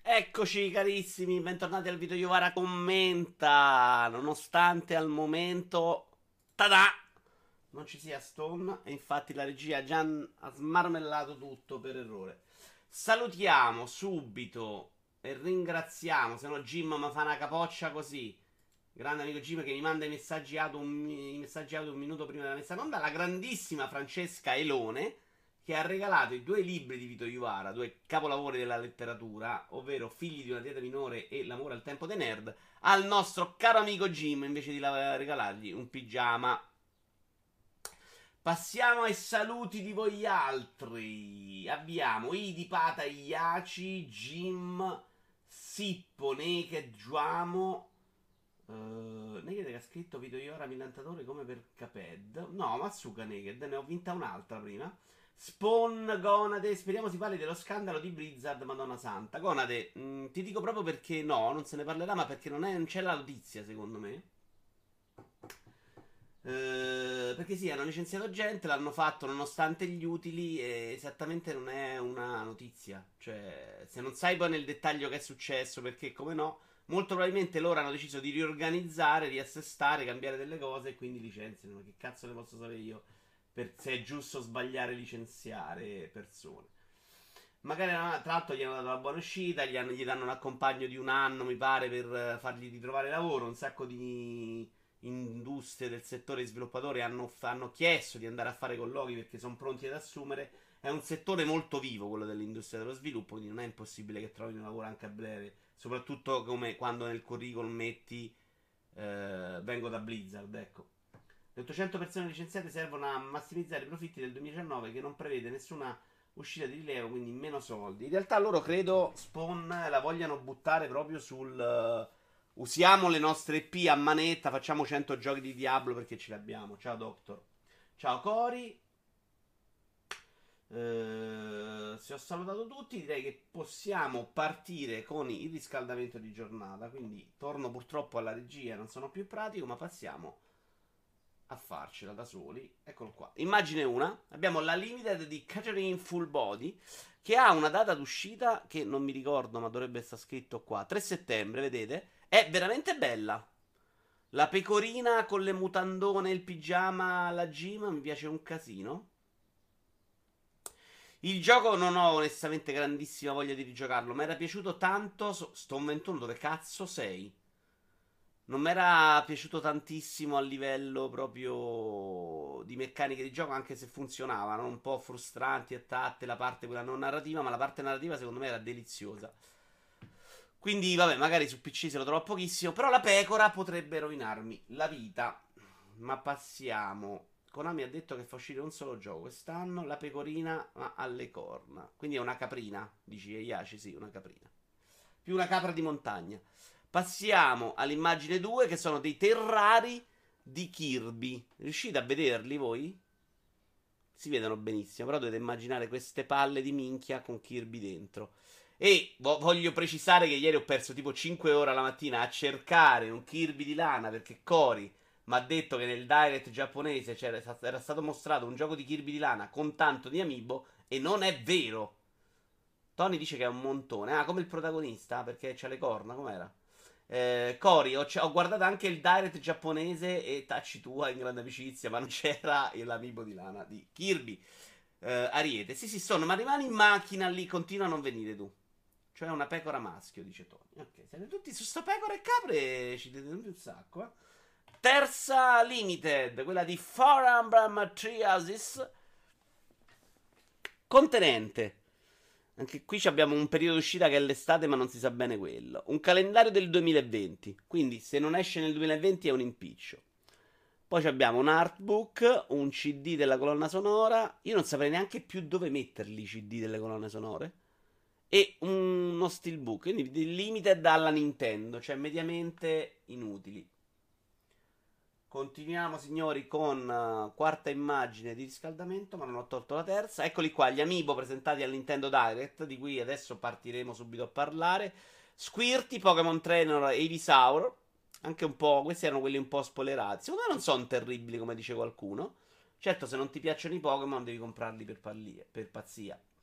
Eccoci carissimi, bentornati al video Iovara commenta. Nonostante al momento, tada, non ci sia Stone, e infatti la regia ha smarmellato tutto per errore. Salutiamo subito e ringraziamo, se no Jim mi fa una capoccia così. Grande amico Jim che mi manda i messaggi audio un minuto prima della messa in onda. La grandissima Francesca Elone che ha regalato i due libri di Vito Juvara, due capolavori della letteratura, ovvero Figli di una dieta minore e L'amore al tempo dei nerd, al nostro caro amico Jim, invece di regalargli un pigiama. Passiamo ai saluti di voi altri. Abbiamo Idi Pata Iaci, Jim, Sippo, Naked, Giuamo. Naked che ha scritto Vito Iora Millantatore come per Caped. No, Matsuka Naked, ne ho vinta un'altra prima. Spawn, Gonade, speriamo si parli dello scandalo di Blizzard, Madonna Santa. Gonade, ti dico proprio perché no, non se ne parlerà, ma perché non c'è la notizia, secondo me. Perché sì, hanno licenziato gente, l'hanno fatto nonostante gli utili e esattamente non è una notizia. Cioè, se non sai poi nel dettaglio che è successo, perché come no, molto probabilmente loro hanno deciso di riorganizzare, riassestare, cambiare delle cose e quindi licenziano. Ma che cazzo ne posso sapere io? Se è giusto o sbagliare licenziare persone. Magari tra l'altro gli hanno dato la buona uscita, gli danno un accompagno di un anno, mi pare, per fargli ritrovare lavoro. Un sacco di industrie del settore sviluppatore hanno chiesto di andare a fare colloqui perché sono pronti ad assumere. È un settore molto vivo quello dell'industria dello sviluppo, quindi non è impossibile che trovino lavoro anche a breve, soprattutto come quando nel curriculum metti vengo da Blizzard, ecco. Le 800 persone licenziate servono a massimizzare i profitti del 2019 che non prevede nessuna uscita di rilievo, quindi meno soldi. In realtà loro credo Spawn la vogliano buttare proprio sul usiamo le nostre IP a manetta, facciamo 100 giochi di Diablo perché ce li abbiamo. Ciao Doctor. Ciao Cori. Se ho salutato tutti, direi che possiamo partire con il riscaldamento di giornata. Quindi torno purtroppo alla regia, non sono più pratico, ma passiamo a farcela da soli. Eccolo qua. Immagine una. Abbiamo la limited di Catherine Full Body che ha una data d'uscita che non mi ricordo, ma dovrebbe essere scritto qua. 3 settembre, vedete? È veramente bella. La pecorina con le mutandone e il pigiama alla gym mi piace un casino. Il gioco non ho onestamente grandissima voglia di rigiocarlo. Mi era piaciuto tanto. Sto 21 dove cazzo sei? Non mi era piaciuto tantissimo a livello proprio di meccaniche di gioco, anche se funzionavano un po' frustranti a tatte la parte quella non narrativa, ma la parte narrativa secondo me era deliziosa. Quindi, vabbè, magari su PC se lo trovo pochissimo, però la pecora potrebbe rovinarmi la vita. Ma passiamo. Konami ha detto che fa uscire un solo gioco quest'anno, la pecorina ma alle corna. Quindi è una caprina, dici Iaci, sì, una caprina. Più una capra di montagna. Passiamo all'immagine 2 che sono dei terrari di Kirby. Riuscite a vederli voi? Si vedono benissimo, però dovete immaginare queste palle di minchia con Kirby dentro. E voglio precisare che ieri ho perso tipo 5 ore alla mattina a cercare un Kirby di lana perché Cory mi ha detto che nel direct giapponese era stato mostrato un gioco di Kirby di lana con tanto di amiibo e non è vero. Tony dice che è un montone. Ah, come il protagonista, perché c'ha le corna, com'era? Cory, ho guardato anche il direct giapponese e tacci tua in grande amicizia, ma non c'era l'amiibo di lana di Kirby. Ariete, sì, sì, sono, ma rimani in macchina lì, continua a non venire tu. Cioè una pecora maschio, dice Tony. Ok, siete tutti su sto pecora e capre, ci detenuti un sacco, eh. Terza limited, quella di Fire Emblem Triasis, contenente. Anche qui abbiamo un periodo d'uscita che è l'estate, ma non si sa bene quello. Un calendario del 2020. Quindi, se non esce nel 2020 è un impiccio. Poi abbiamo un artbook, un CD della colonna sonora. Io non saprei neanche più dove metterli i CD delle colonne sonore. E uno steelbook. Quindi limited alla Nintendo, cioè mediamente inutili. Continuiamo, signori, con quarta immagine di riscaldamento, ma non ho tolto la terza. Eccoli qua, gli amiibo presentati al Nintendo Direct, di cui adesso partiremo subito a parlare. Squirty, Pokémon Trainer e Ivysaur. Anche un po', questi erano quelli un po' spoilerati. Secondo me non sono terribili, come dice qualcuno. Certo, se non ti piacciono i Pokémon devi comprarli per pazzia.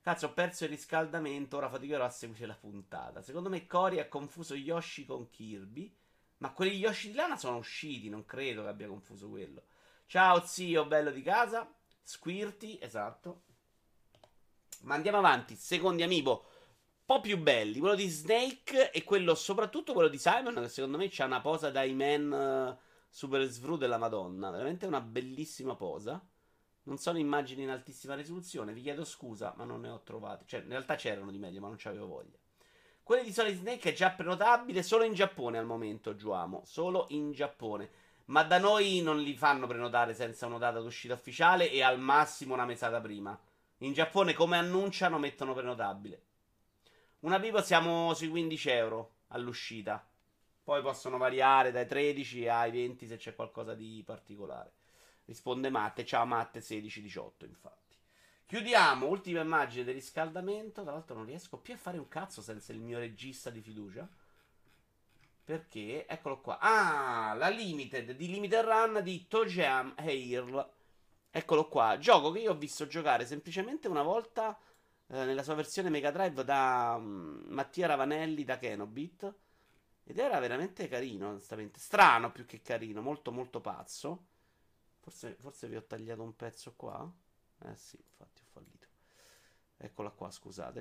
Cazzo, ho perso il riscaldamento, ora faticherò a seguire la puntata. Secondo me Cory ha confuso Yoshi con Kirby. Ma quelli Yoshi di lana sono usciti, non credo che abbia confuso quello. Ciao zio, bello di casa. Squirty, esatto. Ma andiamo avanti, secondi amiibo un po' più belli. Quello di Snake e quello, soprattutto quello di Simon, che secondo me c'ha una posa da He-Man Super Svru della Madonna. Veramente una bellissima posa. Non sono immagini in altissima risoluzione, vi chiedo scusa, ma non ne ho trovate. Cioè, in realtà c'erano di meglio, ma non c'avevo voglia. Quelli di Solid Snake è già prenotabile solo in Giappone al momento, Giuamo. Solo in Giappone. Ma da noi non li fanno prenotare senza una data d'uscita ufficiale e al massimo una mesata prima. In Giappone, come annunciano, mettono prenotabile. Una pipa siamo sui 15 euro all'uscita. Poi possono variare dai 13 ai 20 se c'è qualcosa di particolare. Risponde Matte. Ciao Matte 1618, infatti. Chiudiamo. Ultima immagine del riscaldamento. Tra l'altro non riesco più a fare un cazzo senza il mio regista di fiducia. Perché? Eccolo qua. Ah, la Limited di Limited Run di Tojam Hair. Eccolo qua. Gioco che io ho visto giocare semplicemente una volta nella sua versione Mega Drive da Mattia Ravanelli da Kenobit. Ed era veramente carino, onestamente. Strano più che carino. Molto molto pazzo. Forse vi ho tagliato un pezzo qua. Eh sì, infatti ho fallito. Eccola qua, scusate.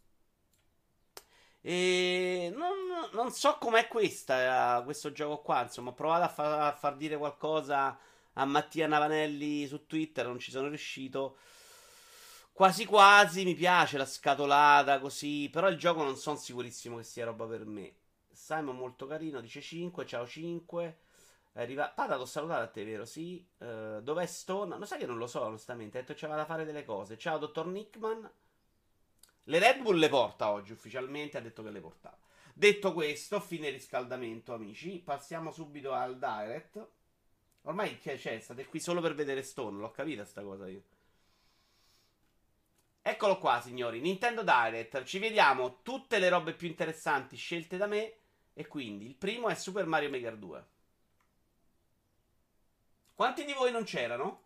E non so com'è questo gioco qua. Insomma, ho provato a far dire qualcosa a Mattia Navanelli su Twitter, non ci sono riuscito. Quasi quasi mi piace la scatolata così. Però il gioco non sono sicurissimo che sia roba per me. Simon molto carino, dice 5, ciao 5. Pata, t'ho salutato a te, vero? Sì. Dov'è Stone? Lo sai che non lo so, onestamente. Ha detto che c'aveva da fare delle cose. Ciao, dottor Nickman. Le Red Bull le porta oggi, ufficialmente. Ha detto che le portava. Detto questo, fine riscaldamento, amici. Passiamo subito al Direct. Ormai c'è, state qui solo per vedere Stone. L'ho capita sta cosa io. Eccolo qua, signori. Nintendo Direct. Ci vediamo tutte le robe più interessanti scelte da me. E quindi il primo è Super Mario Maker 2. Quanti di voi non c'erano?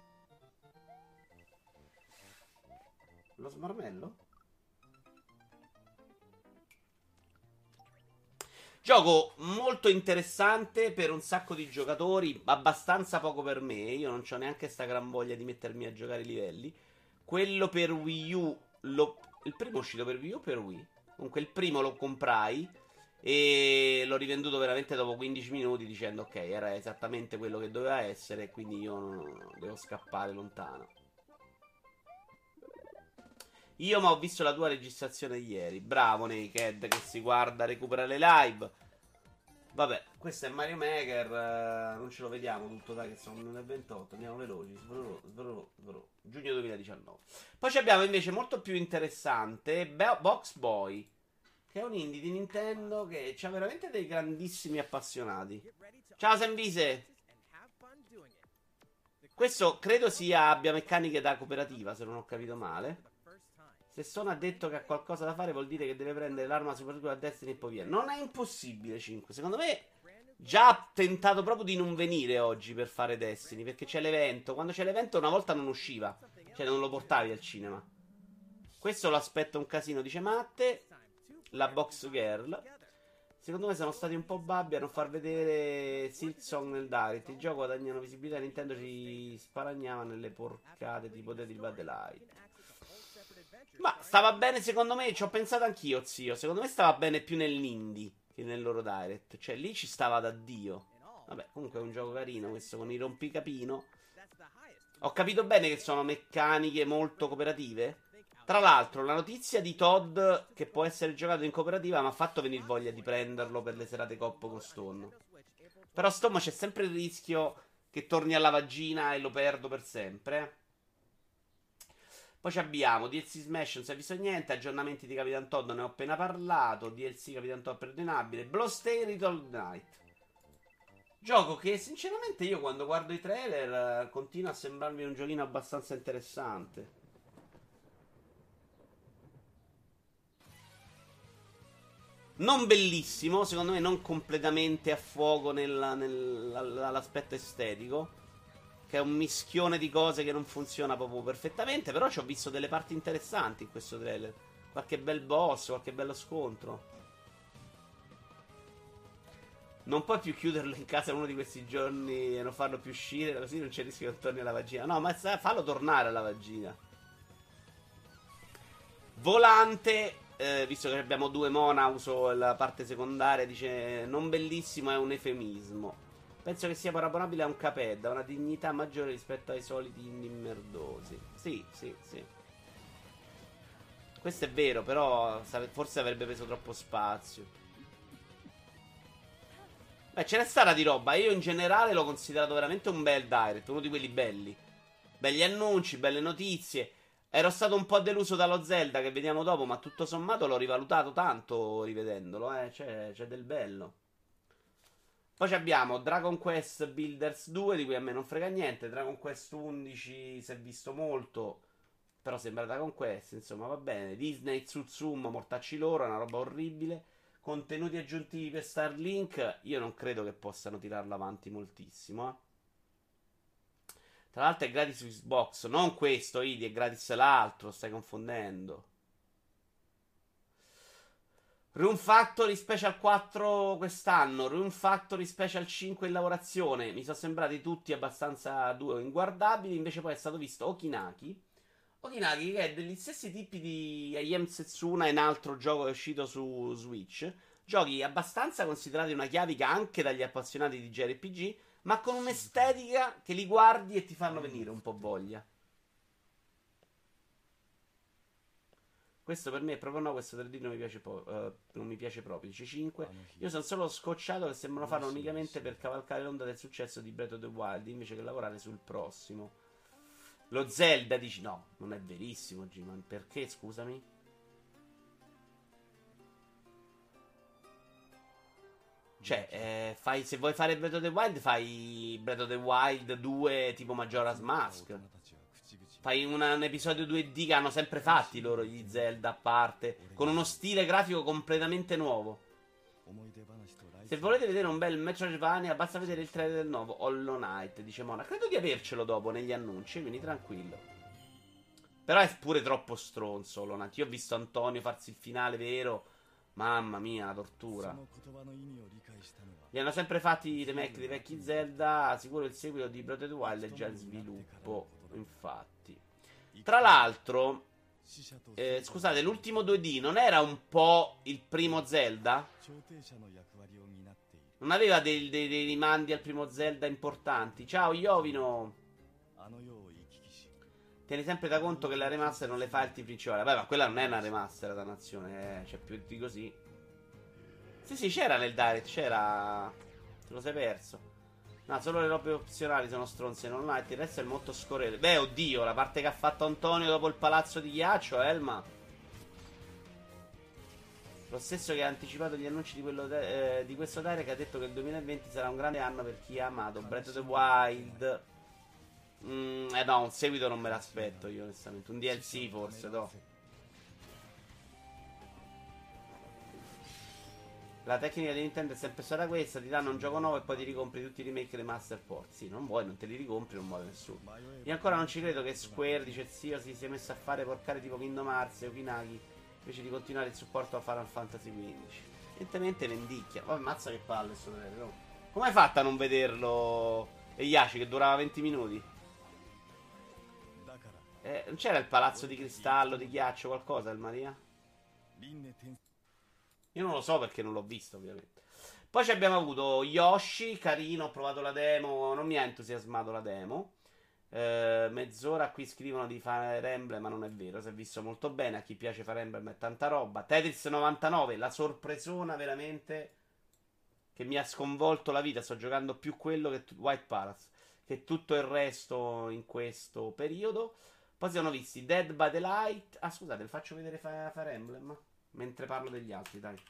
Lo smarmello? Gioco molto interessante per un sacco di giocatori, abbastanza poco per me. Io non ho neanche sta gran voglia di mettermi a giocare i livelli. Quello per Wii U, il primo è uscito per Wii U o per Wii? Comunque il primo lo comprai e l'ho rivenduto veramente dopo 15 minuti dicendo ok, era esattamente quello che doveva essere, quindi io devo scappare lontano. Io ma ho visto la tua registrazione ieri. Bravo Naked che si guarda, recupera le live. Vabbè, questo è Mario Maker. Non ce lo vediamo tutto, dai, che sono 1,28. Andiamo veloci. Sbrrrò. Giugno 2019. Poi abbiamo invece molto più interessante Box Boy, che è un indie di Nintendo che ha veramente dei grandissimi appassionati. Ciao Sembise. Questo credo abbia meccaniche da cooperativa, se non ho capito male. Se Stone ha detto che ha qualcosa da fare, vuol dire che deve prendere l'arma soprattutto a Destiny e poi via. Non è impossibile, 5. Secondo me già ha tentato proprio di non venire oggi per fare Destiny, perché c'è l'evento. Quando c'è l'evento una volta non usciva. Cioè non lo portavi al cinema. Questo lo aspetta un casino, dice Matte. La Box Girl. Secondo me sono stati un po' babbi a non far vedere Silksong nel Direct. Il gioco guadagnano visibilità e Nintendo ci sparagnava nelle porcate tipo Dead by the Light. Ma stava bene secondo me, ci ho pensato anch'io, zio. Secondo me stava bene più nell'indie che nel loro Direct. Cioè lì ci stava da Dio. Vabbè, comunque è un gioco carino questo con i rompicapino. Ho capito bene che sono meccaniche molto cooperative. Tra l'altro, la notizia di Todd che può essere giocato in cooperativa mi ha fatto venire voglia di prenderlo per le serate coppo con Stone. Però Stone c'è sempre il rischio che torni alla vagina e lo perdo per sempre. Poi abbiamo DLC Smash, non si è visto niente. Aggiornamenti di Capitan Todd, ne ho appena parlato. DLC Capitan Todd perdonabile. Bloodstained Little Night. Gioco che sinceramente io quando guardo i trailer continua a sembrarmi un giochino abbastanza interessante. Non bellissimo, secondo me non completamente a fuoco nell'aspetto estetico. che è un mischione di cose che non funziona proprio perfettamente. Però ci ho visto delle parti interessanti in questo trailer. Qualche bel boss, qualche bello scontro. Non puoi più chiuderlo in casa uno di questi giorni e non farlo più uscire, così non c'è il rischio che torni alla vagina. No, ma fallo tornare alla vagina. Volante, visto che abbiamo due mona, uso la parte secondaria, dice non bellissimo, è un eufemismo. Penso che sia paragonabile a un Cuphead, ha una dignità maggiore rispetto ai soliti indie merdosi. Sì, sì, sì. Questo è vero, però forse avrebbe preso troppo spazio. Beh, ce n'è stata di roba. Io in generale l'ho considerato veramente un bel direct, uno di quelli belli. Belli annunci, belle notizie. Ero stato un po' deluso dallo Zelda che vediamo dopo, ma tutto sommato l'ho rivalutato tanto rivedendolo, c'è del bello. Poi abbiamo Dragon Quest Builders 2, di cui a me non frega niente. Dragon Quest 11 si è visto molto, però sembra Dragon Quest, insomma, va bene. Disney Tsutsum, mortacci loro, è una roba orribile. Contenuti aggiuntivi per Starlink, io non credo che possano tirarlo avanti moltissimo. Tra l'altro è gratis su Xbox, non questo, Idi, è gratis l'altro, stai confondendo. Rune Factory Special 4 quest'anno, Rune Factory Special 5 in lavorazione. Mi sono sembrati tutti abbastanza inguardabili, invece poi è stato visto Okinaki. Okinaki che è degli stessi tipi di I Am Setsuna in altro gioco che è uscito su Switch. Giochi abbastanza considerati una chiavica anche dagli appassionati di JRPG, ma con un'estetica che li guardi e ti fanno venire un po' voglia. Questo per me è proprio no, questo 3D non mi piace, non mi piace proprio. Dice 5. Io sono solo scocciato che sembrano farlo unicamente per cavalcare l'onda del successo di Breath of the Wild invece che lavorare sul prossimo. Lo Zelda dici no, non è verissimo, G-Man. Perché, scusami? Cioè, se vuoi fare Breath of the Wild, fai Breath of the Wild 2 tipo Majora's Mask. Fai un episodio 2D che hanno sempre fatti loro, gli Zelda a parte, con uno stile grafico completamente nuovo. Se volete vedere un bel Metroidvania, basta vedere il trailer del nuovo Hollow Knight, dice Mona. Credo di avercelo dopo negli annunci, quindi tranquillo. Però è pure troppo stronzo Hollow Knight. Io ho visto Antonio farsi il finale vero. Mamma mia, la tortura. Li hanno sempre fatti i remake dei vecchi Zelda. Sicuro il seguito di Breath of the Wild è già in sviluppo. Infatti. Tra l'altro, scusate, l'ultimo 2D non era un po' il primo Zelda? Non aveva dei rimandi al primo Zelda importanti? Ciao Iovino. Tieni sempre da conto che la remaster non le fa il team principale. Vabbè, ma quella non è una remaster, dannazione, c'è più di così. Sì, sì, c'era nel direct, c'era. Te lo sei perso. No, solo le robe opzionali sono stronze, non ha. Il resto è molto scorrevole. Beh, oddio, la parte che ha fatto Antonio dopo il palazzo di ghiaccio, Elma. Lo stesso che ha anticipato gli annunci di questo direct, ha detto che il 2020 sarà un grande anno per chi ha amato Breath of the Wild. No, un seguito non me l'aspetto io onestamente. Un DLC forse, no. La tecnica di Nintendo è sempre stata questa: ti danno un gioco nuovo e poi ti ricompri tutti i remake e le master port. Sì, non vuoi, non te li ricompri, non muove nessuno. Io ancora non ci credo che Square, dice zio, si sia messo a fare porcare tipo Kingdom Hearts e Okinaki invece di continuare il supporto a Final Fantasy XV. Evidentemente vendicchia. Poi mazza che palle sto trailer, no? Come hai fatto a non vederlo? E Yashi che durava 20 minuti? Non c'era il palazzo di cristallo, di ghiaccio, qualcosa, il Maria? Io non lo so perché non l'ho visto, ovviamente. Poi ci abbiamo avuto Yoshi, carino, ho provato la demo, non mi ha entusiasmato la demo. Mezz'ora qui scrivono di Fire Emblem, ma non è vero, si è visto molto bene, a chi piace Fire Emblem è tanta roba. Tetris 99, la sorpresona veramente che mi ha sconvolto la vita, sto giocando più quello che White Palace, che tutto il resto in questo periodo. Poi si sono visti Dead by the Light. Ah, scusate, vi faccio vedere Fire Emblem mentre parlo degli altri, dai.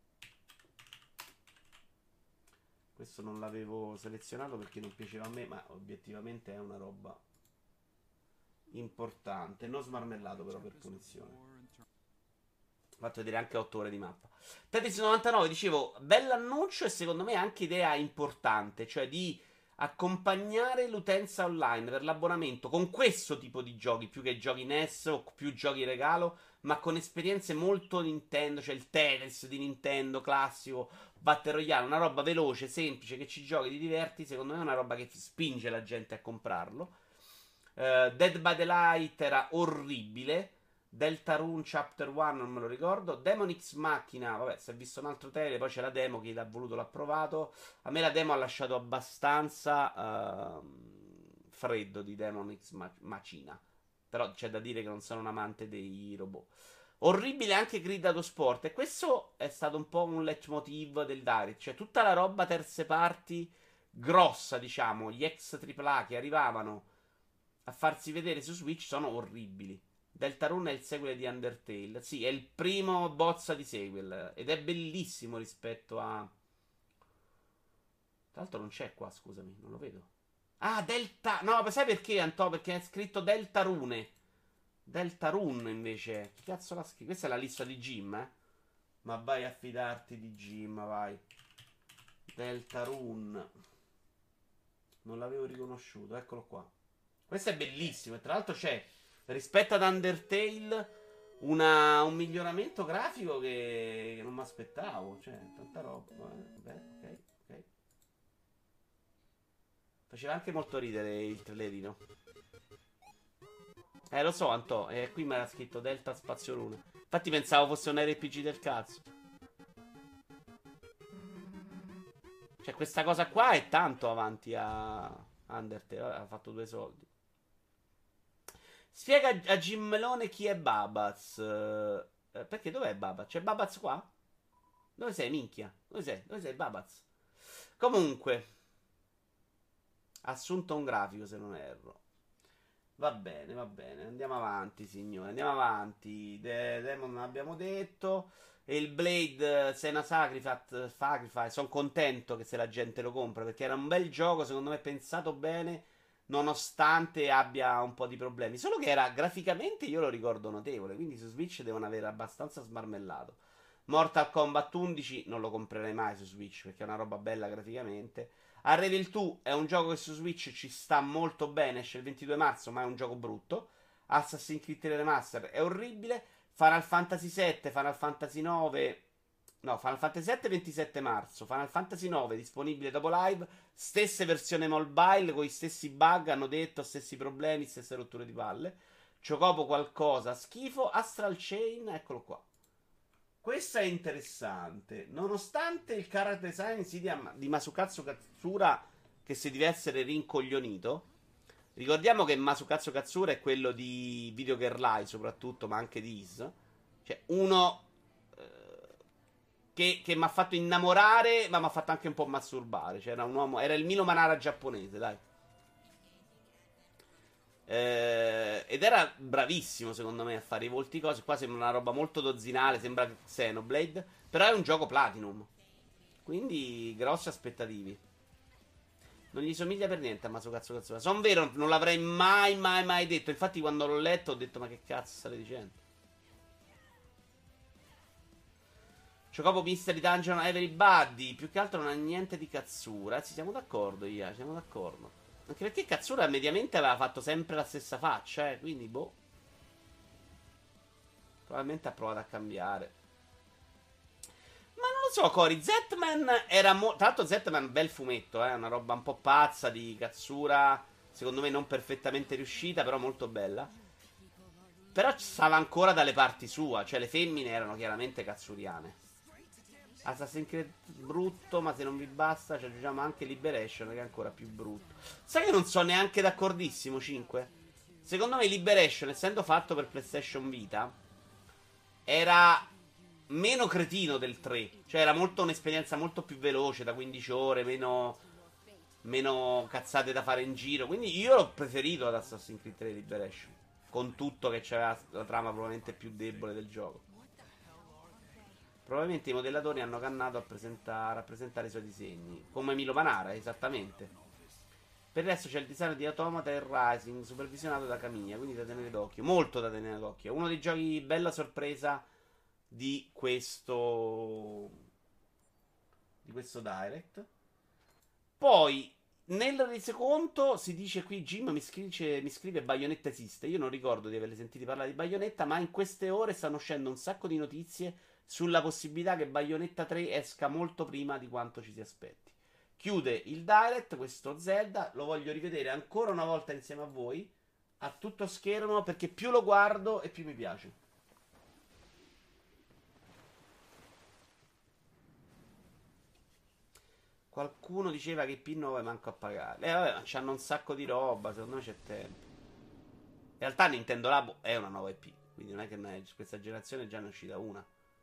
Questo non l'avevo selezionato perché non piaceva a me, ma obiettivamente è una roba importante. Non smarmellato però per punizione. Ho fatto vedere anche 8 ore di mappa. Tetris 99, dicevo, bell'annuncio e secondo me anche idea importante, cioè di accompagnare l'utenza online per l'abbonamento con questo tipo di giochi, più che giochi NES o più giochi regalo, ma con esperienze molto Nintendo, cioè il Tetris di Nintendo classico, Battle Royale, una roba veloce, semplice, che ci giochi, ti diverti, secondo me è una roba che spinge la gente a comprarlo. Dead by the Light era orribile. Deltarune Chapter 1 non me lo ricordo. Demon X Machina, vabbè, si è visto un altro trailer, poi c'è la demo, chi l'ha voluto l'ha provato. A me la demo ha lasciato abbastanza freddo di Demon X Machina. Però c'è da dire che non sono un amante dei robot. Orribile anche Grid Autosport. E questo è stato un po' un leitmotiv del Direct. Cioè tutta la roba terze parti grossa, diciamo, gli ex AAA che arrivavano a farsi vedere su Switch sono orribili. Deltarune è il sequel di Undertale. Sì, è il primo bozza di sequel. Ed è bellissimo rispetto a. Tra l'altro non c'è qua, scusami, non lo vedo. Ah, Delta. No, sai perché, Antò? Perché è scritto Deltarune. Deltarune invece. Che cazzo l'ha scritto? Questa è la lista di Jim, eh? Ma vai a fidarti di Jim, vai. Deltarune. Non l'avevo riconosciuto, eccolo qua. Questo è bellissimo. E tra l'altro c'è, rispetto ad Undertale, un miglioramento grafico che non mi aspettavo. Cioè, tanta roba. Vabbè, ok, ok. Faceva anche molto ridere il trailerino. Lo so, Antò. Qui mi era scritto Delta Spazio Luna. Infatti pensavo fosse un RPG del cazzo. Cioè, questa cosa qua è tanto avanti a Undertale. Vabbè, ha fatto due soldi. Spiega a Jim Melone chi è Babaz. Perché dov'è Babaz? C'è Babaz qua? Dove sei, minchia? Dove sei? Dove sei, Babaz? Comunque, assunto un grafico se non erro. Va bene, va bene. Andiamo avanti, signore. Andiamo avanti. Demon non abbiamo detto. E il Blade Sena Sacrifice. Sono contento che se la gente lo compra. Perché era un bel gioco, secondo me pensato bene. Nonostante abbia un po' di problemi. Solo che era graficamente, io lo ricordo notevole. Quindi su Switch devono avere abbastanza smarmellato. Mortal Kombat 11 non lo comprerei mai su Switch perché è una roba bella graficamente. Unravel 2 è un gioco che su Switch ci sta molto bene, esce il 22 marzo, ma è un gioco brutto. Assassin's Creed Remaster è orribile. Final Fantasy 7, Final Fantasy 9. No, Final Fantasy 7 27 marzo, Final Fantasy 9 disponibile dopo live, stesse versioni mobile con gli stessi bug, hanno detto, stessi problemi, stesse rotture di palle. Chocobo qualcosa, schifo, Astral Chain, eccolo qua. Questo è interessante. Nonostante il character design sia di Masukatsu Katsura, che si deve essere rincoglionito, ricordiamo che Masukatsu Katsura è quello di Video Girl Lie, soprattutto, ma anche di Is. Cioè, uno che mi ha fatto innamorare, ma mi ha fatto anche un po' masturbare. Cioè, era un uomo, era il Mino Manara giapponese, dai. Ed era bravissimo secondo me a fare i volti cose. Qua sembra una roba molto dozzinale. Sembra Xenoblade. Però è un gioco Platinum. Quindi grosse aspettative. Non gli somiglia per niente a Masukatsu Katsura. Sono vero, non l'avrei mai, mai, mai detto. Infatti, quando l'ho letto, ho detto: ma che cazzo state dicendo? Chocobo Mystery Dungeon Everybody. Più che altro non ha niente di Katsura. Sì, siamo d'accordo, Ia. Siamo d'accordo. Anche perché Katsura mediamente aveva fatto sempre la stessa faccia, quindi boh. Probabilmente ha provato a cambiare. Ma non lo so, Cory. Zetman era tra l'altro Zetman bel fumetto, una roba un po' pazza di Katsura. Secondo me non perfettamente riuscita, però molto bella. Però stava ancora dalle parti sua, cioè le femmine erano chiaramente katsuriane. Assassin's Creed brutto, ma se non vi basta ci aggiungiamo anche Liberation che è ancora più brutto. Sai che non sono neanche d'accordissimo, 5? Secondo me Liberation, essendo fatto per PlayStation Vita, era meno cretino del 3. Cioè era molto un'esperienza molto più veloce, da 15 ore, meno cazzate da fare in giro. Quindi io l'ho preferito ad Assassin's Creed 3 Liberation. Con tutto che c'era la trama probabilmente più debole del gioco. Probabilmente i modellatori hanno cannato a rappresentare i suoi disegni. Come Milo Manara, esattamente. Per il resto c'è il design di Automata e Rising, supervisionato da Camilla, quindi da tenere d'occhio. Molto da tenere d'occhio. Uno dei giochi bella sorpresa di questo Direct. Poi Nel resoconto si dice qui, Jim mi scrive Bayonetta esiste. Io non ricordo di averle sentiti parlare di Bayonetta, ma in queste ore stanno uscendo un sacco di notizie sulla possibilità che Bayonetta 3 esca molto prima di quanto ci si aspetti. Chiude il direct, questo Zelda, lo voglio rivedere ancora una volta insieme a voi, a tutto schermo, perché più lo guardo e più mi piace. Qualcuno diceva che i P9 manco a pagare. Vabbè, ma c'hanno un sacco di roba, secondo me c'è tempo. In realtà Nintendo Labo è una nuova IP, quindi non è che questa generazione già ne è uscita una.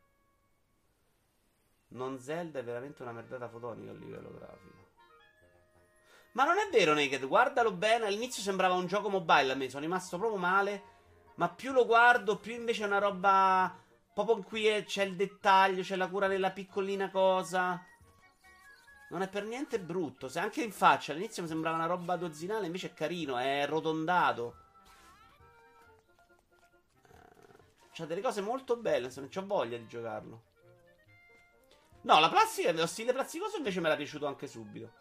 Non Zelda è veramente una merdata fotonica a livello grafico. Ma non è vero, Naked, guardalo bene. All'inizio sembrava un gioco mobile a me, sono rimasto proprio male. Ma più lo guardo, più invece è una roba. Proprio in cui c'è il dettaglio, c'è la cura della piccolina cosa. Non è per niente brutto. Se anche in faccia all'inizio mi sembrava una roba dozzinale, invece è carino, è rotondato. C'ha delle cose molto belle, se non c'ho voglia di giocarlo. No, la plastica, lo stile plasticoso invece mi era piaciuto anche subito.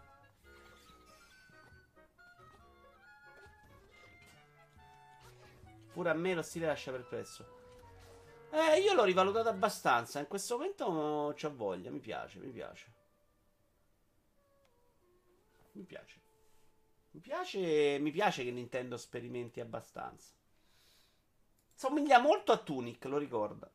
Pure a me lo stile lascia perplesso. Io l'ho rivalutato abbastanza. In questo momento c'ho voglia. Mi piace, mi piace. Mi piace. Mi piace che Nintendo sperimenti abbastanza. Somiglia molto a Tunic, lo ricorda.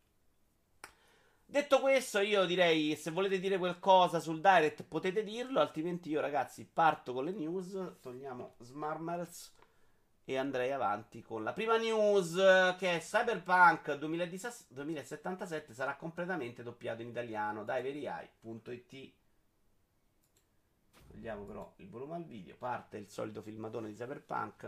Detto questo, io direi, se volete dire qualcosa sul Direct potete dirlo, altrimenti io ragazzi parto con le news, togliamo Smarmers e andrei avanti con la prima news, che è Cyberpunk 2077 sarà completamente doppiato in italiano da everyeye.it. Togliamo però il volume al video, parte il solito filmatone di Cyberpunk.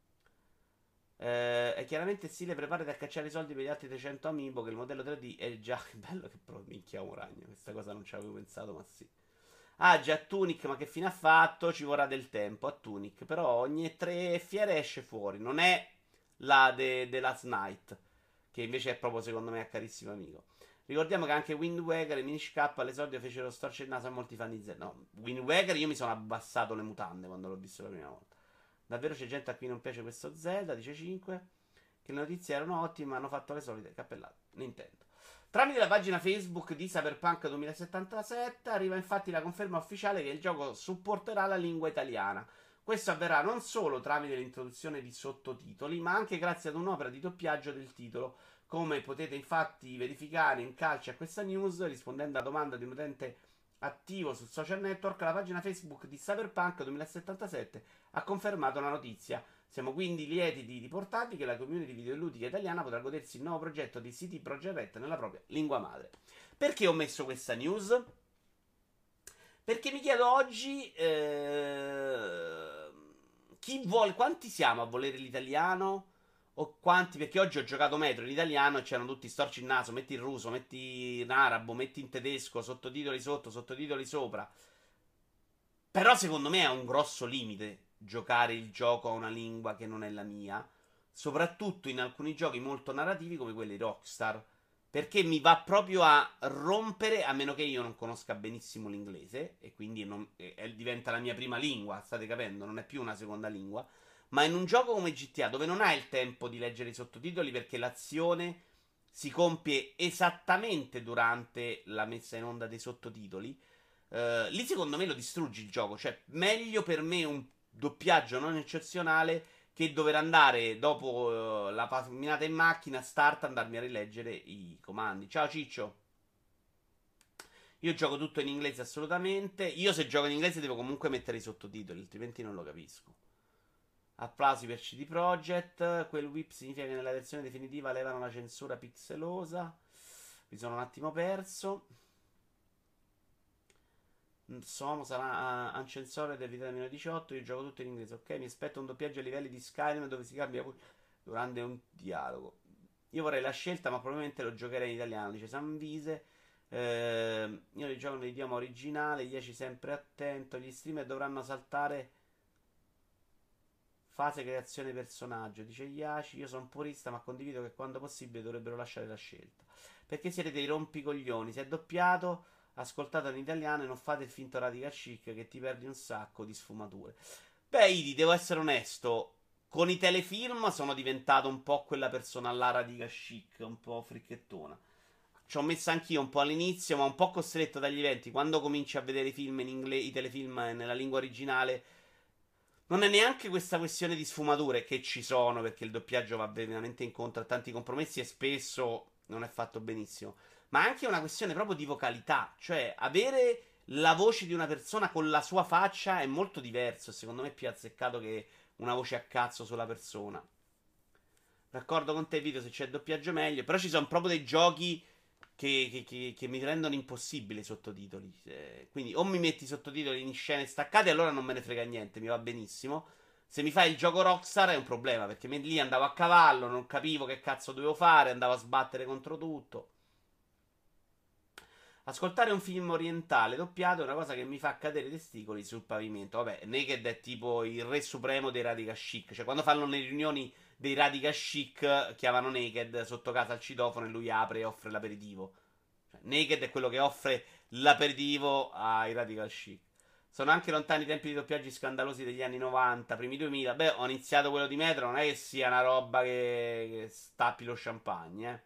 E chiaramente stile preparati a cacciare i soldi per gli altri 300 amiibo, che il modello 3D è già che bello che però minchia un ragno, questa cosa non ci avevo pensato, ma sì. Ah, già Tunic, ma che fine ha fatto? Ci vorrà del tempo a Tunic. Però ogni 3 fiere esce fuori. Non è la The Last Night, che invece è proprio secondo me a carissimo amico. Ricordiamo che anche Wind Waker e Minish Cap all'esordio fecero storcere il naso a molti fan di Zelda. No, Wind Waker io mi sono abbassato le mutande quando l'ho visto la prima volta. Davvero c'è gente a cui non piace questo Zelda, dice 5. Che le notizie erano ottime, ma hanno fatto le solite cappellate. Nintendo. Tramite la pagina Facebook di Cyberpunk 2077 arriva infatti la conferma ufficiale che il gioco supporterà la lingua italiana. Questo avverrà non solo tramite l'introduzione di sottotitoli, ma anche grazie ad un'opera di doppiaggio del titolo. Come potete infatti verificare in calce a questa news, rispondendo alla domanda di un utente attivo sul social network, la pagina Facebook di Cyberpunk 2077 ha confermato la notizia. Siamo quindi lieti di riportarvi che la community videoludica italiana potrà godersi il nuovo progetto di CD Projekt Red nella propria lingua madre. Perché ho messo questa news? Perché mi chiedo oggi chi vuole, quanti siamo a volere l'italiano o quanti, perché oggi ho giocato Metro in italiano e c'erano tutti storci il naso, metti in russo, metti in arabo, metti in tedesco, sottotitoli sotto, sottotitoli sopra. Però secondo me è un grosso limite giocare il gioco a una lingua che non è la mia, soprattutto in alcuni giochi molto narrativi come quelli Rockstar, perché mi va proprio a rompere, a meno che io non conosca benissimo l'inglese, e quindi diventa la mia prima lingua, state capendo, non è più una seconda lingua, ma in un gioco come GTA, dove non hai il tempo di leggere i sottotitoli perché l'azione si compie esattamente durante la messa in onda dei sottotitoli, lì secondo me lo distruggi il gioco. Cioè, meglio per me un doppiaggio non eccezionale che dover andare dopo la camminata in macchina, start, andarmi a rileggere i comandi. Ciao Ciccio. Io gioco tutto in inglese assolutamente. Io se gioco in inglese devo comunque mettere i sottotitoli, altrimenti non lo capisco. Applausi per CD Projekt. Quel whip significa che nella versione definitiva levano la censura pixelosa. Mi sono un attimo perso. Somo sarà ascensore del vitamina 18. Io gioco tutto in inglese, ok? Mi aspetto un doppiaggio a livelli di Skyrim dove si cambia durante un dialogo. Io vorrei la scelta, ma probabilmente lo giocherei in italiano, dice Sanvise. Io li gioco nell'idioma originale. 10 sempre attento. Gli streamer dovranno saltare fase creazione personaggio, dice Iaci. Io sono purista, ma condivido che quando possibile dovrebbero lasciare la scelta. Perché siete dei rompicoglioni? Si è doppiato. ascoltata in italiano e non fate il finto radical chic che ti perdi un sacco di sfumature. Beh, Idi, devo essere onesto. Con i telefilm sono diventato un po' quella persona là radical chic, un po' fricchettona. Ci ho messo anch'io un po' all'inizio, ma un po' costretto dagli eventi. Quando cominci a vedere i film in inglese, i telefilm nella lingua originale, non è neanche questa questione di sfumature che ci sono, perché il doppiaggio va veramente incontro a tanti compromessi e spesso non è fatto benissimo. Ma è anche una questione proprio di vocalità, cioè avere la voce di una persona con la sua faccia è molto diverso. Secondo me è più azzeccato che una voce a cazzo sulla persona. D'accordo con te, video, se c'è doppiaggio meglio. Però ci sono proprio dei giochi che mi rendono impossibile i sottotitoli. Quindi o mi metti i sottotitoli in scene staccate, allora non me ne frega niente, mi va benissimo. Se mi fai il gioco Rockstar è un problema, perché lì andavo a cavallo, non capivo che cazzo dovevo fare, andavo a sbattere contro tutto. Ascoltare un film orientale doppiato è una cosa che mi fa cadere i testicoli sul pavimento. Vabbè, Naked è tipo il re supremo dei radical chic. Cioè, quando fanno le riunioni dei radical chic, chiamano Naked sotto casa al citofono e lui apre e offre l'aperitivo. Cioè, Naked è quello che offre l'aperitivo ai radical chic. Sono anche lontani i tempi di doppiaggi scandalosi degli anni 90, primi 2000. Beh, ho iniziato quello di Metro, non è che sia una roba che stappi lo champagne, eh.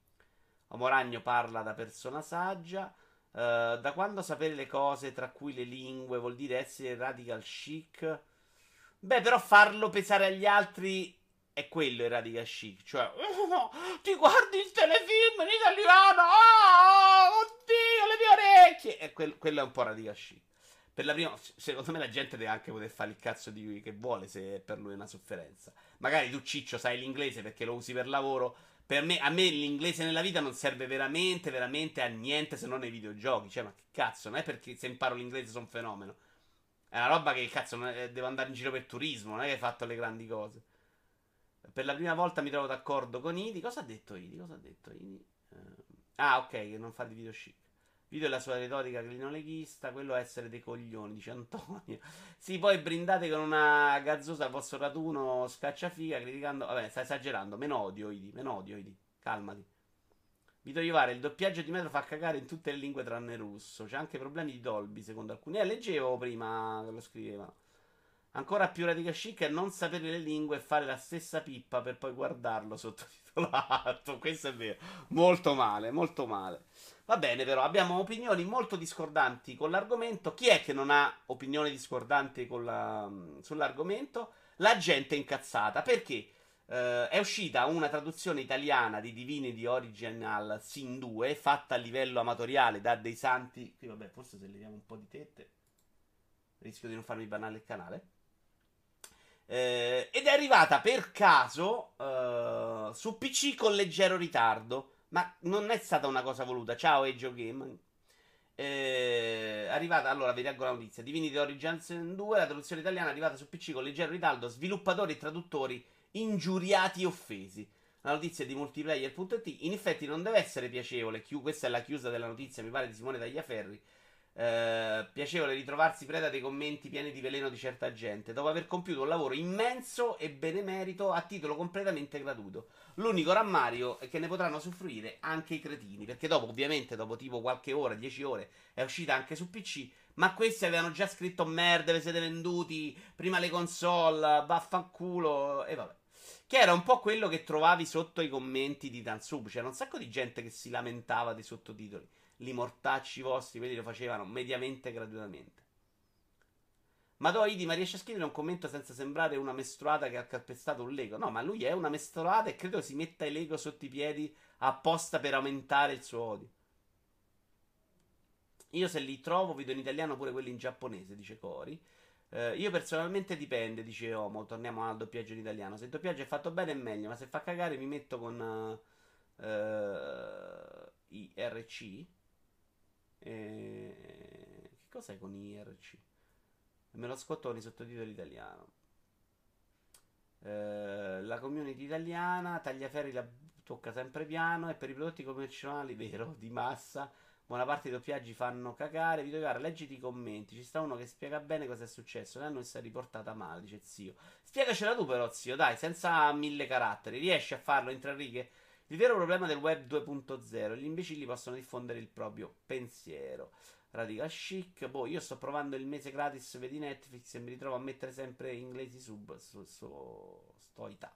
Moragno parla da persona saggia. Da quando sapere le cose, tra cui le lingue, vuol dire essere radical chic? Beh, però farlo pesare agli altri è quello il radical chic. Cioè, "Oh, no, ti guardi il telefilm in italiano? Oh, oddio, le mie orecchie!" E quello è un po' radical chic. Per la prima, secondo me la gente deve anche poter fare il cazzo che vuole se per lui è una sofferenza. Magari tu, Ciccio, sai l'inglese perché lo usi per lavoro. Per me, a me l'inglese nella vita non serve veramente, veramente a niente se non ai videogiochi. Cioè, ma che cazzo, non è perché se imparo l'inglese sono un fenomeno. È una roba che cazzo devo andare in giro per turismo, non è che hai fatto le grandi cose. Per la prima volta mi trovo d'accordo con Idi. Cosa ha detto Idi? Cosa ha detto Idi? Ok, che non fa di video chic. Video e la sua retorica clinoleghista, quello è essere dei coglioni, dice Antonio. Sì, poi brindate con una gazzosa al vostro raduno scacciafiga criticando. Vabbè, stai esagerando. Meno odio, Idi. Meno odio, Idi. Calmati. Vito Iovare, il doppiaggio di Metro fa cagare in tutte le lingue tranne russo. C'è anche problemi di Dolby, secondo alcuni. Leggevo prima che lo scrivevano. Ancora più radical chic è non sapere le lingue e fare la stessa pippa per poi guardarlo sottotitolato. Questo è vero. Molto male, molto male. Va bene, però abbiamo opinioni molto discordanti con l'argomento. Chi è che non ha opinioni discordanti sull'argomento? La gente è incazzata. Perché? È uscita una traduzione italiana di Divini di Original Sin 2 fatta a livello amatoriale da dei santi. Qui, vabbè, forse se leviamo un po' di tette rischio di non farmi banale il canale. Ed è arrivata per caso su PC con leggero ritardo. Ma non è stata una cosa voluta. Ciao, Age Game. Arrivata, allora vi leggo la notizia. Divinity Origins 2, la traduzione italiana è arrivata su PC con leggero ritardo. Sviluppatori e traduttori ingiuriati e offesi. La notizia è di multiplayer.it. In effetti non deve essere piacevole. Questa è la chiusa della notizia, mi pare, di Simone Tagliaferri. Piacevole ritrovarsi preda dei commenti pieni di veleno di certa gente dopo aver compiuto un lavoro immenso e benemerito a titolo completamente gratuito. L'unico rammario è che ne potranno usufruire anche i cretini, perché dopo, ovviamente, dopo tipo qualche ora, 10 ore, è uscita anche su PC. Ma questi avevano già scritto merda, vi siete venduti prima le console, vaffanculo, e vabbè. Che era un po' quello che trovavi sotto i commenti di Tansub. C'era un sacco di gente che si lamentava dei sottotitoli. Li mortacci vostri, quelli lo facevano mediamente gratuitamente. Ma riesce a scrivere un commento senza sembrare una mestruata che ha calpestato un Lego? No, ma lui è una mestruata e credo si metta i Lego sotto i piedi apposta per aumentare il suo odio. Io se li trovo vedo in italiano pure quelli in giapponese, dice Cori. Io personalmente dipende, dice Omo. Torniamo al doppiaggio in italiano. Se il doppiaggio è fatto bene è meglio, ma se fa cagare mi metto con IRC. Che cos'è con IRC? Me lo ascolto con i sottotitoli italiano. La community italiana, Tagliaferri la tocca sempre piano e per i prodotti commerciali, vero, di massa, buona parte dei doppiaggi fanno cagare. Vito Iara, leggiti i commenti. Ci sta uno che spiega bene cosa è successo. L'hanno essa riportata male, dice zio. Spiegacela tu però, zio, dai, senza mille caratteri. Riesci a farlo in tre righe? Il vero problema del web 2.0, gli imbecilli possono diffondere il proprio pensiero. Radical chic, boh, io sto provando il mese gratis, vedi Netflix e mi ritrovo a mettere sempre inglesi sub su stoità.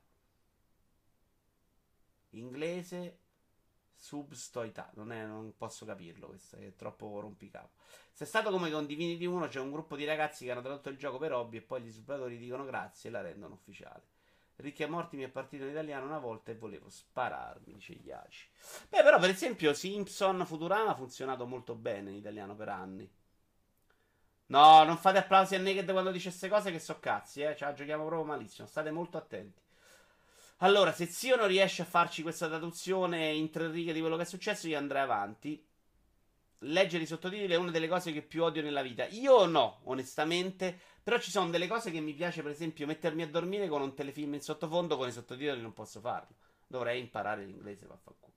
Inglese substoità, non posso capirlo, questo è troppo rompicapo. Se è stato come con Divinity 1, c'è un gruppo di ragazzi che hanno tradotto il gioco per hobby e poi gli sviluppatori dicono grazie e la rendono ufficiale. Ricchi e morti mi è partito in italiano una volta e volevo spararmi, dice Iaci. Beh, però, per esempio, Simpson Futurama ha funzionato molto bene in italiano per anni. No, non fate applausi a Naked quando dice queste cose che so cazzi, eh. Cioè, giochiamo proprio malissimo. State molto attenti. Allora, se Zio non riesce a farci questa traduzione in 3 righe di quello che è successo, io andrei avanti. Leggere i sottotitoli è una delle cose che più odio nella vita. Io no, onestamente. Però ci sono delle cose che mi piace, per esempio, mettermi a dormire con un telefilm in sottofondo, con i sottotitoli non posso farlo. Dovrei imparare l'inglese, vaffanculo.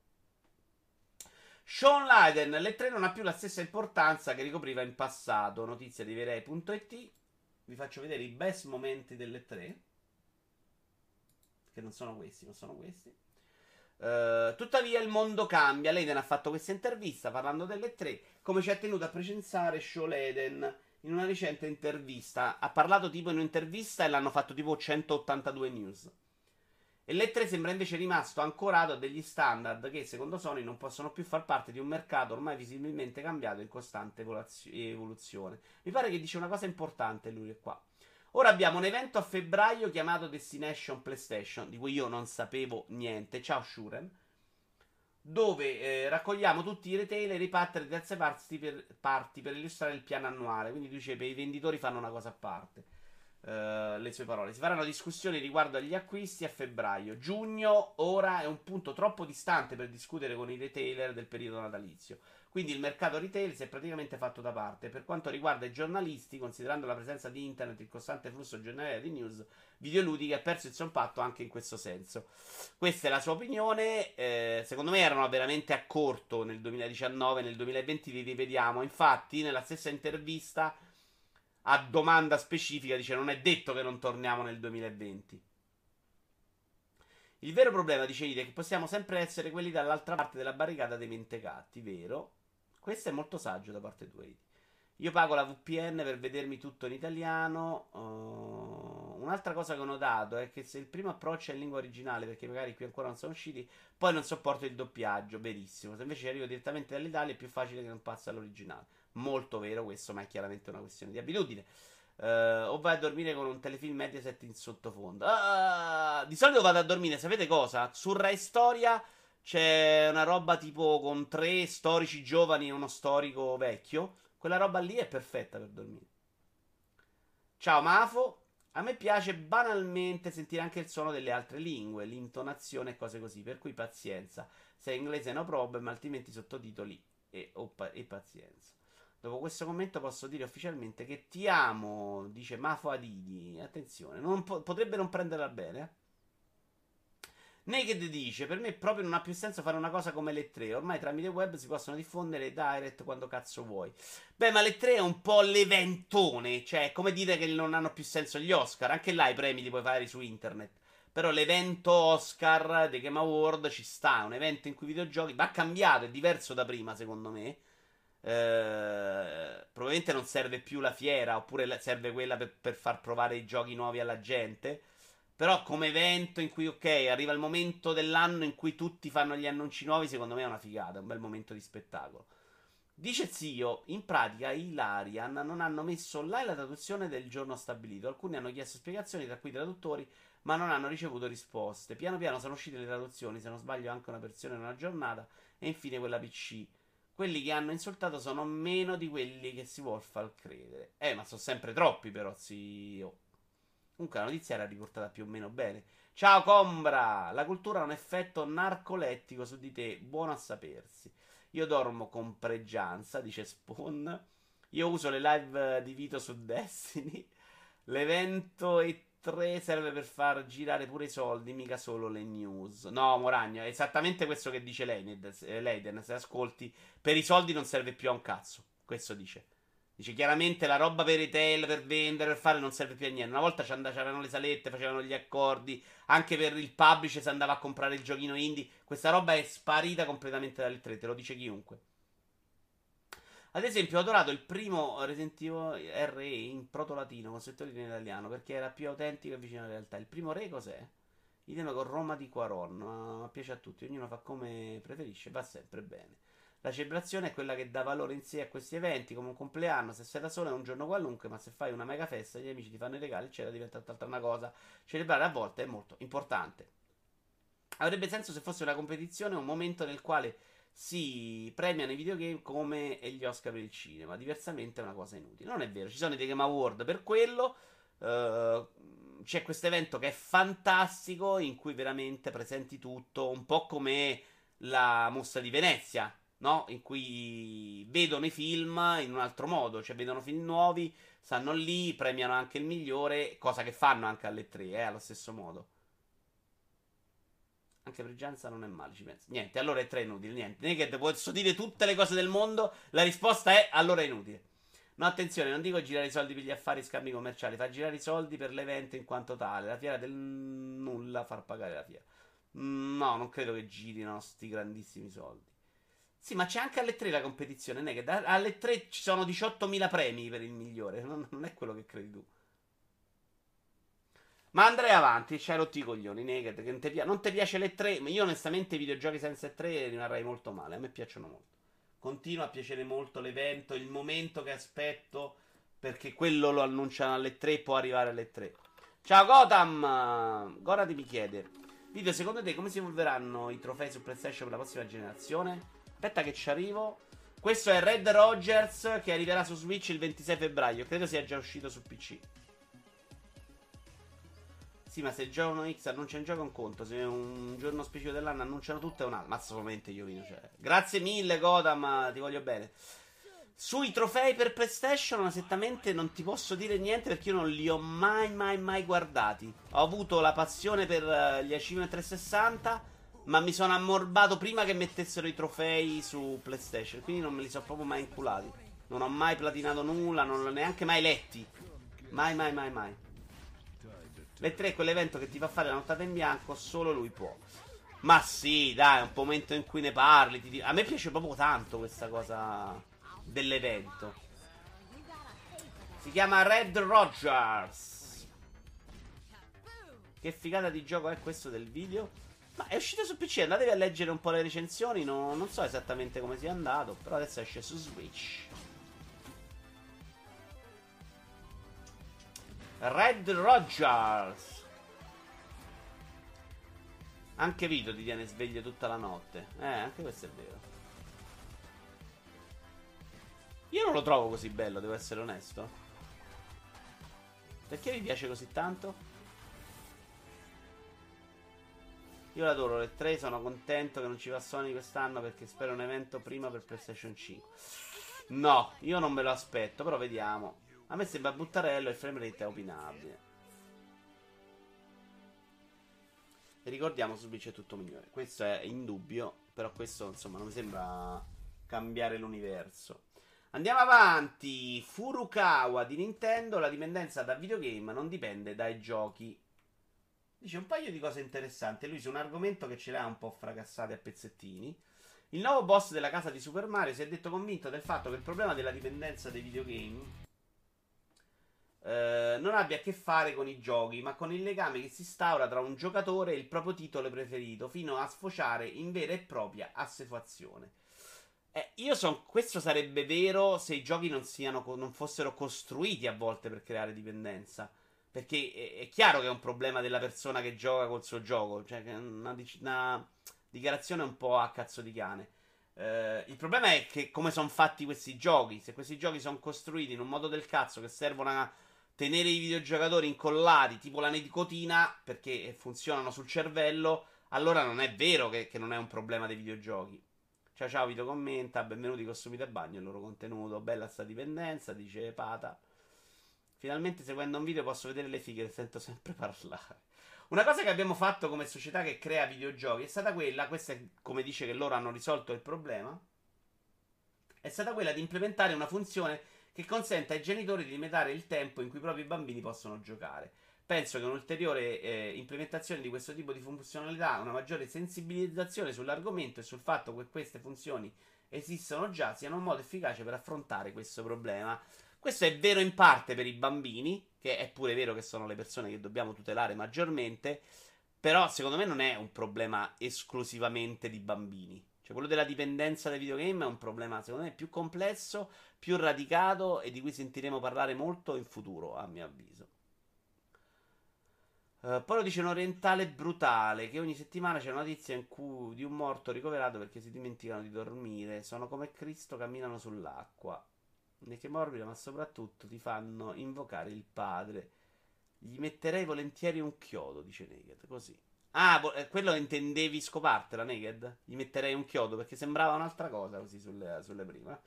Sean Leiden, le 3 non ha più la stessa importanza che ricopriva in passato. Notizia di Verei.it. Vi faccio vedere i best momenti delle 3. Che non sono questi, non sono questi. Tuttavia il mondo cambia. Leiden ha fatto questa intervista parlando delle 3. Come ci ha tenuto a precisare Sean Leiden in una recente intervista. Ha parlato tipo in un'intervista e l'hanno fatto tipo 182 news. E l'E3 sembra invece rimasto ancorato a degli standard che, secondo Sony, non possono più far parte di un mercato ormai visibilmente cambiato in costante evoluzione. Mi pare che dice una cosa importante lui qua. Ora abbiamo un evento a febbraio chiamato Destination PlayStation, di cui io non sapevo niente. Ciao Shuren. Dove raccogliamo tutti i retailer e i partner di terze parti per illustrare il piano annuale. Quindi dice che i venditori fanno una cosa a parte. Le sue parole. Si faranno discussioni riguardo agli acquisti a febbraio. Giugno ora è un punto troppo distante per discutere con i retailer del periodo natalizio. Quindi il mercato retail si è praticamente fatto da parte. Per quanto riguarda i giornalisti, considerando la presenza di internet e il costante flusso giornaliero di news videoludiche, ha perso il suo impatto anche in questo senso. Questa è la sua opinione. Secondo me erano veramente a corto nel 2019, nel 2020 li rivediamo. Infatti, nella stessa intervista a domanda specifica dice non è detto che non torniamo nel 2020. Il vero problema, dice Ide, è che possiamo sempre essere quelli dall'altra parte della barricata dei mentecatti, vero? Questo è molto saggio da parte tua, Ide. Io pago la VPN per vedermi tutto in italiano. Un'altra cosa che ho notato è che se il primo approccio è in lingua originale, perché magari qui ancora non sono usciti, poi non sopporto il doppiaggio, verissimo. Se invece arrivo direttamente dall'Italia è più facile che non passi all'originale. Molto vero questo, ma è chiaramente una questione di abitudine. O vai a dormire con un telefilm Mediaset in sottofondo. Di solito vado a dormire, sapete cosa? Su Rai Storia c'è una roba tipo con 3 storici giovani e uno storico vecchio. Quella roba lì è perfetta per dormire. Ciao Mafo. A me piace banalmente sentire anche il suono delle altre lingue, l'intonazione e cose così. Per cui pazienza. Se è inglese no problem, altrimenti sottotitoli e pazienza. Dopo questo commento posso dire ufficialmente che ti amo, dice Mafo Adidi. Attenzione, potrebbe non prenderla bene. Naked dice: per me proprio non ha più senso fare una cosa come le 3. Ormai tramite web si possono diffondere direct quando cazzo vuoi. Beh, ma le 3 è un po' l'eventone. Cioè, è come dire che non hanno più senso gli Oscar. Anche là i premi li puoi fare su internet. Però l'evento Oscar dei Game Award ci sta. È un evento in cui i videogiochi. Va cambiato, è diverso da prima, secondo me. Probabilmente non serve più la fiera. Oppure serve quella per far provare i giochi nuovi alla gente. Però come evento in cui, ok, arriva il momento dell'anno in cui tutti fanno gli annunci nuovi, secondo me è una figata, è un bel momento di spettacolo. Dice Zio, in pratica i Larian non hanno messo online la traduzione del giorno stabilito. Alcuni hanno chiesto spiegazioni, tra cui i traduttori, ma non hanno ricevuto risposte. Piano piano sono uscite le traduzioni, se non sbaglio anche una versione in una giornata, e infine quella PC. Quelli che hanno insultato sono meno di quelli che si vuol far credere. Ma sono sempre troppi però, zio. Comunque la notizia era riportata più o meno bene. Ciao Combra! La cultura ha un effetto narcolettico su di te, buono a sapersi. Io dormo con pregianza, dice Spawn. Io uso le live di Vito su Destiny. L'evento E3 serve per far girare pure i soldi, mica solo le news. No, Moragno, è esattamente questo che dice Leiden. Se ascolti, per i soldi non serve più a un cazzo. Questo dice. Dice chiaramente la roba per retail, per vendere, per fare non serve più a niente. Una volta c'erano le salette, facevano gli accordi, anche per il publisher si andava a comprare il giochino indie. Questa roba è sparita completamente dalle 3, te lo dice chiunque. Ad esempio, ho adorato il primo Resident Evil RE in proto-latino con sottotitoli in italiano perché era più autentico e vicino alla realtà. Il primo Re cos'è? Idem con Roma di Quaron, ma piace a tutti, ognuno fa come preferisce, va sempre bene. La celebrazione è quella che dà valore in sé a questi eventi, come un compleanno, se sei da solo è un giorno qualunque, ma se fai una mega festa, gli amici ti fanno i regali, eccetera, diventa tutt'altra una cosa. Celebrare a volte è molto importante. Avrebbe senso se fosse una competizione, un momento nel quale si premiano i videogame come gli Oscar per il cinema. Diversamente è una cosa inutile. Non è vero, ci sono i The Game Award per quello. eh, C'è questo evento che è fantastico in cui veramente presenti tutto, un po' come la mostra di Venezia, no? In cui vedono i film in un altro modo, cioè vedono film nuovi, stanno lì, premiano anche il migliore, cosa che fanno anche alle 3, allo stesso modo. Anche Brigianza non è male, ci penso. Niente, allora è 3 inutile, niente. Naked posso dire tutte le cose del mondo, la risposta è allora è inutile. No, attenzione, non dico girare i soldi per gli affari e scambi commerciali, fa girare i soldi per l'evento in quanto tale. La fiera del nulla far pagare la fiera. No, non credo che girino sti grandissimi soldi. Sì, ma c'è anche alle 3 la competizione, Naked. Alle 3 ci sono 18.000 premi per il migliore. Non è quello che credi tu. Ma andrei avanti, c'hai rotti i coglioni, Naked, che non ti piace le 3, ma io onestamente i videogiochi senza le 3 rimarrei molto male, a me piacciono molto. Continua a piacere molto l'evento, il momento che aspetto, perché quello lo annunciano alle 3 e può arrivare alle 3. Ciao Gotham! Gorati mi chiede, Video, secondo te come si evolveranno i trofei su PlayStation per la prossima generazione? Aspetta che ci arrivo. Questo è Red Rogers che arriverà su Switch il 26 febbraio, credo sia già uscito su PC. Sì, ma se il giorno X annuncia un gioco è un conto, se un giorno specifico dell'anno annunciano tutto è un altro. Ma solamente io vino, cioè. Grazie mille, Godam, ti voglio bene. Sui trofei per PlayStation, onestamente, non ti posso dire niente perché io non li ho mai guardati. Ho avuto la passione per gli Achievement 360, ma mi sono ammorbato prima che mettessero i trofei su PlayStation. Quindi non me li sono proprio mai inculati. Non ho mai platinato nulla, non l'ho neanche mai letti. Mai. Le 3 è quell'evento che ti fa fare la nottata in bianco, solo lui può. Ma sì, dai, è un momento in cui ne parli. A me piace proprio tanto questa cosa dell'evento. Si chiama Red Rogers. Che figata di gioco è questo del video? Ma è uscito su PC, andatevi a leggere un po' le recensioni. Non so esattamente come sia andato, però adesso esce su Switch. Red Rogers. Anche Vito ti tiene sveglio tutta la notte. Anche questo è vero. Io non lo trovo così bello, devo essere onesto. Perché mi piace così tanto? Io l'adoro, le 3, sono contento che non ci va Sony quest'anno perché spero un evento prima per PlayStation 5. No, io non me lo aspetto, però vediamo. A me sembra buttarello e il frame rate è opinabile. E ricordiamo, su Switch è tutto migliore. Questo è indubbio, però questo insomma non mi sembra cambiare l'universo. Andiamo avanti. Furukawa di Nintendo, la dipendenza da videogame non dipende dai giochi. Dice un paio di cose interessanti. Lui su un argomento che ce l'ha un po' fracassate a pezzettini. Il nuovo boss della casa di Super Mario si è detto convinto del fatto che il problema della dipendenza dei videogame non abbia a che fare con i giochi, ma con il legame che si instaura tra un giocatore e il proprio titolo preferito, fino a sfociare in vera e propria assuefazione. Questo sarebbe vero se i giochi non fossero costruiti a volte per creare dipendenza. Perché è chiaro che è un problema della persona che gioca col suo gioco. Cioè, che è una dichiarazione un po' a cazzo di cane. Il problema è che come sono fatti questi giochi. Se questi giochi sono costruiti in un modo del cazzo che servono a tenere i videogiocatori incollati, tipo la nicotina, perché funzionano sul cervello, allora non è vero che non è un problema dei videogiochi. Ciao Vito commenta, benvenuti costumi da bagno, il loro contenuto, bella sta dipendenza, dice Pata. Finalmente seguendo un video posso vedere le fighe che sento sempre parlare. Una cosa che abbiamo fatto come società che crea videogiochi è stata quella, questa è come dice che loro hanno risolto il problema, è stata quella di implementare una funzione che consente ai genitori di limitare il tempo in cui i propri bambini possono giocare. Penso che un'ulteriore implementazione di questo tipo di funzionalità, una maggiore sensibilizzazione sull'argomento e sul fatto che queste funzioni esistono già, siano un modo efficace per affrontare questo problema. Questo è vero in parte per i bambini, che è pure vero che sono le persone che dobbiamo tutelare maggiormente, però secondo me non è un problema esclusivamente di bambini. Cioè quello della dipendenza dai videogame è un problema secondo me più complesso, più radicato e di cui sentiremo parlare molto in futuro, a mio avviso. Poi lo dice un orientale brutale che ogni settimana c'è una notizia di un morto ricoverato perché si dimenticano di dormire. Sono come Cristo, camminano sull'acqua. Neche morbide, ma soprattutto ti fanno invocare il padre. Gli metterei volentieri un chiodo, dice Naked. Così. Ah, quello intendevi scopartela, Naked? Gli metterei un chiodo perché sembrava un'altra cosa così sulle prime.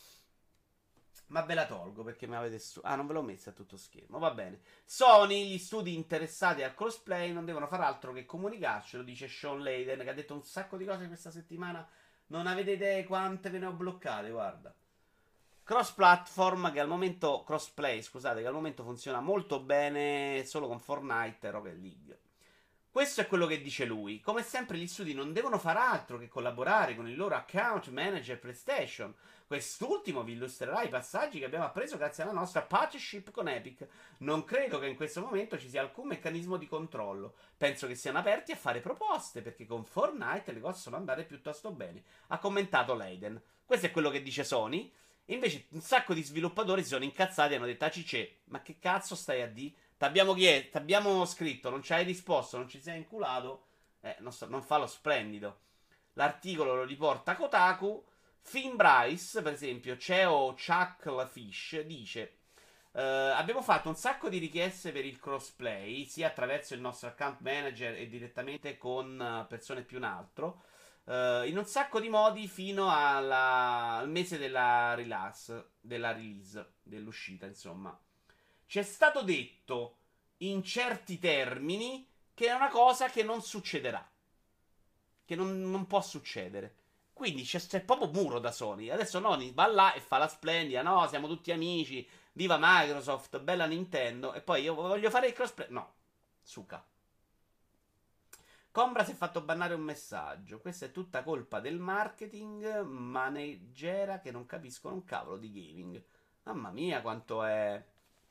Ma ve la tolgo perché mi avete Ah, non ve l'ho messa a tutto schermo. Va bene. Sony, gli studi interessati al crossplay non devono far altro che comunicarcelo, dice Sean Layden, che ha detto un sacco di cose questa settimana. Non avete idee quante ve ne ho bloccate, guarda. Cross platform che al momento crossplay, scusate, che al momento funziona molto bene solo con Fortnite e Rocket League. Questo è quello che dice lui. Come sempre, gli studi non devono far altro che collaborare con il loro account manager PlayStation. Quest'ultimo vi illustrerà i passaggi che abbiamo appreso grazie alla nostra partnership con Epic. Non credo che in questo momento ci sia alcun meccanismo di controllo. Penso che siano aperti a fare proposte perché con Fortnite le cose sono andate piuttosto bene. Ha commentato Leiden. Questo è quello che dice Sony. Invece un sacco di sviluppatori si sono incazzati e hanno detto: ah, Cicè, ma che cazzo stai a di? T'abbiamo scritto, non ci hai risposto, non ci sei inculato. Non fa lo splendido. L'articolo lo riporta Kotaku. Finn Bryce, per esempio, CEO Chuck LaFish, dice: abbiamo fatto un sacco di richieste per il crossplay, sia attraverso il nostro account manager e direttamente con persone più in alto. In un sacco di modi fino al mese della release, dell'uscita, insomma. Ci è stato detto in certi termini che è una cosa che non succederà, che non può succedere. Quindi c'è proprio muro da Sony. Adesso Noni va là e fa la splendida. No, siamo tutti amici. Viva Microsoft, bella Nintendo. E poi io voglio fare il crossplay. No, suca. Combra si è fatto bannare un messaggio. Questa è tutta colpa del marketing manegera che non capiscono un cavolo di gaming. Mamma mia, quanto è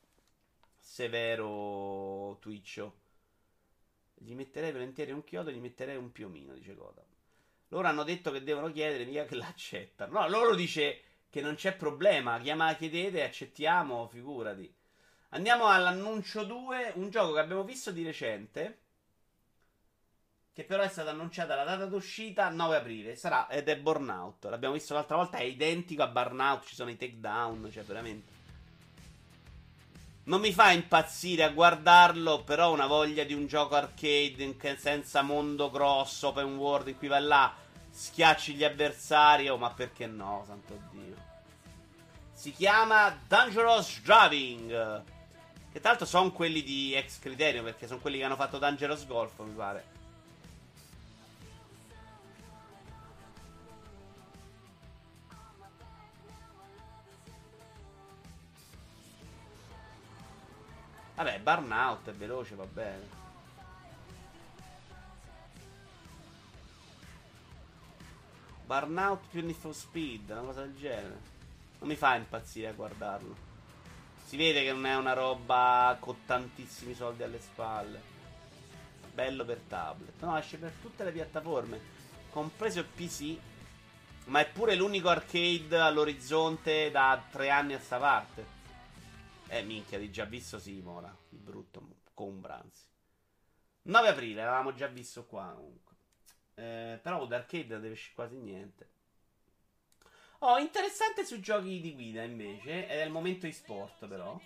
severo Twitch. Gli metterei volentieri un chiodo, gli metterei un piumino, dice Gotham. Loro hanno detto che devono chiedere, mica che l'accettano. No, loro dice che non c'è problema. Chiedete, accettiamo, figurati. Andiamo all'annuncio 2, un gioco che abbiamo visto di recente, che però è stata annunciata la data d'uscita 9 aprile. Sarà ed è Burnout. L'abbiamo visto l'altra volta, è identico a Burnout, ci sono i takedown, cioè veramente. Non mi fa impazzire a guardarlo, però ho una voglia di un gioco arcade senza mondo grosso, open world, in cui vai là, schiacci gli avversari. Oh, ma perché no, santo Dio. Si chiama Dangerous Driving. Che tra l'altro sono quelli di Ex Criterion, perché sono quelli che hanno fatto Dangerous Golf, mi pare. Vabbè, Burnout è veloce, va bene. Burnout più Need for Speed, una cosa del genere. Non mi fa impazzire a guardarlo. Si vede che non è una roba con tantissimi soldi alle spalle. Bello per tablet. No, esce per tutte le piattaforme, compreso il PC. Ma è pure l'unico arcade all'orizzonte da 3 anni a sta parte. Minchia, di già visto Simona. Di brutto. Combra, anzi. 9 aprile, l'avevamo già visto qua comunque. Però da arcade non deve uscire quasi niente. Oh, interessante sui giochi di guida invece. È il momento e-sport però.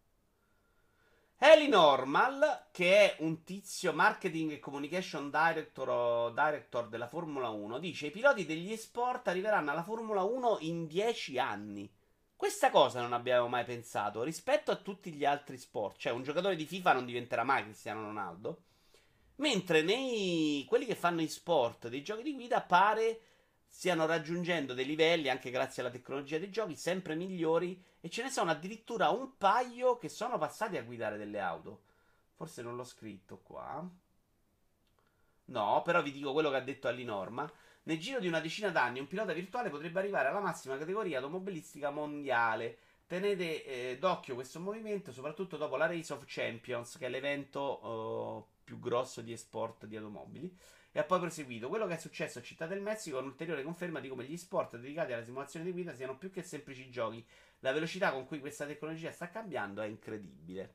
Eli Normal, che è un tizio marketing e communication director della Formula 1, dice: i piloti degli esport arriveranno alla Formula 1 in 10 anni. Questa cosa non abbiamo mai pensato rispetto a tutti gli altri sport. Cioè, un giocatore di FIFA non diventerà mai Cristiano Ronaldo. Mentre nei quelli che fanno i sport dei giochi di guida pare stiano raggiungendo dei livelli, anche grazie alla tecnologia dei giochi, sempre migliori. E ce ne sono addirittura un paio che sono passati a guidare delle auto. Forse non l'ho scritto qua. No, però vi dico quello che ha detto Alinorma. Nel giro di una decina d'anni, un pilota virtuale potrebbe arrivare alla massima categoria automobilistica mondiale. Tenete d'occhio questo movimento, soprattutto dopo la Race of Champions, che è l'evento più grosso di esport di automobili. E ha poi proseguito. Quello che è successo a Città del Messico è un'ulteriore conferma di come gli sport dedicati alla simulazione di guida siano più che semplici giochi. La velocità con cui questa tecnologia sta cambiando è incredibile.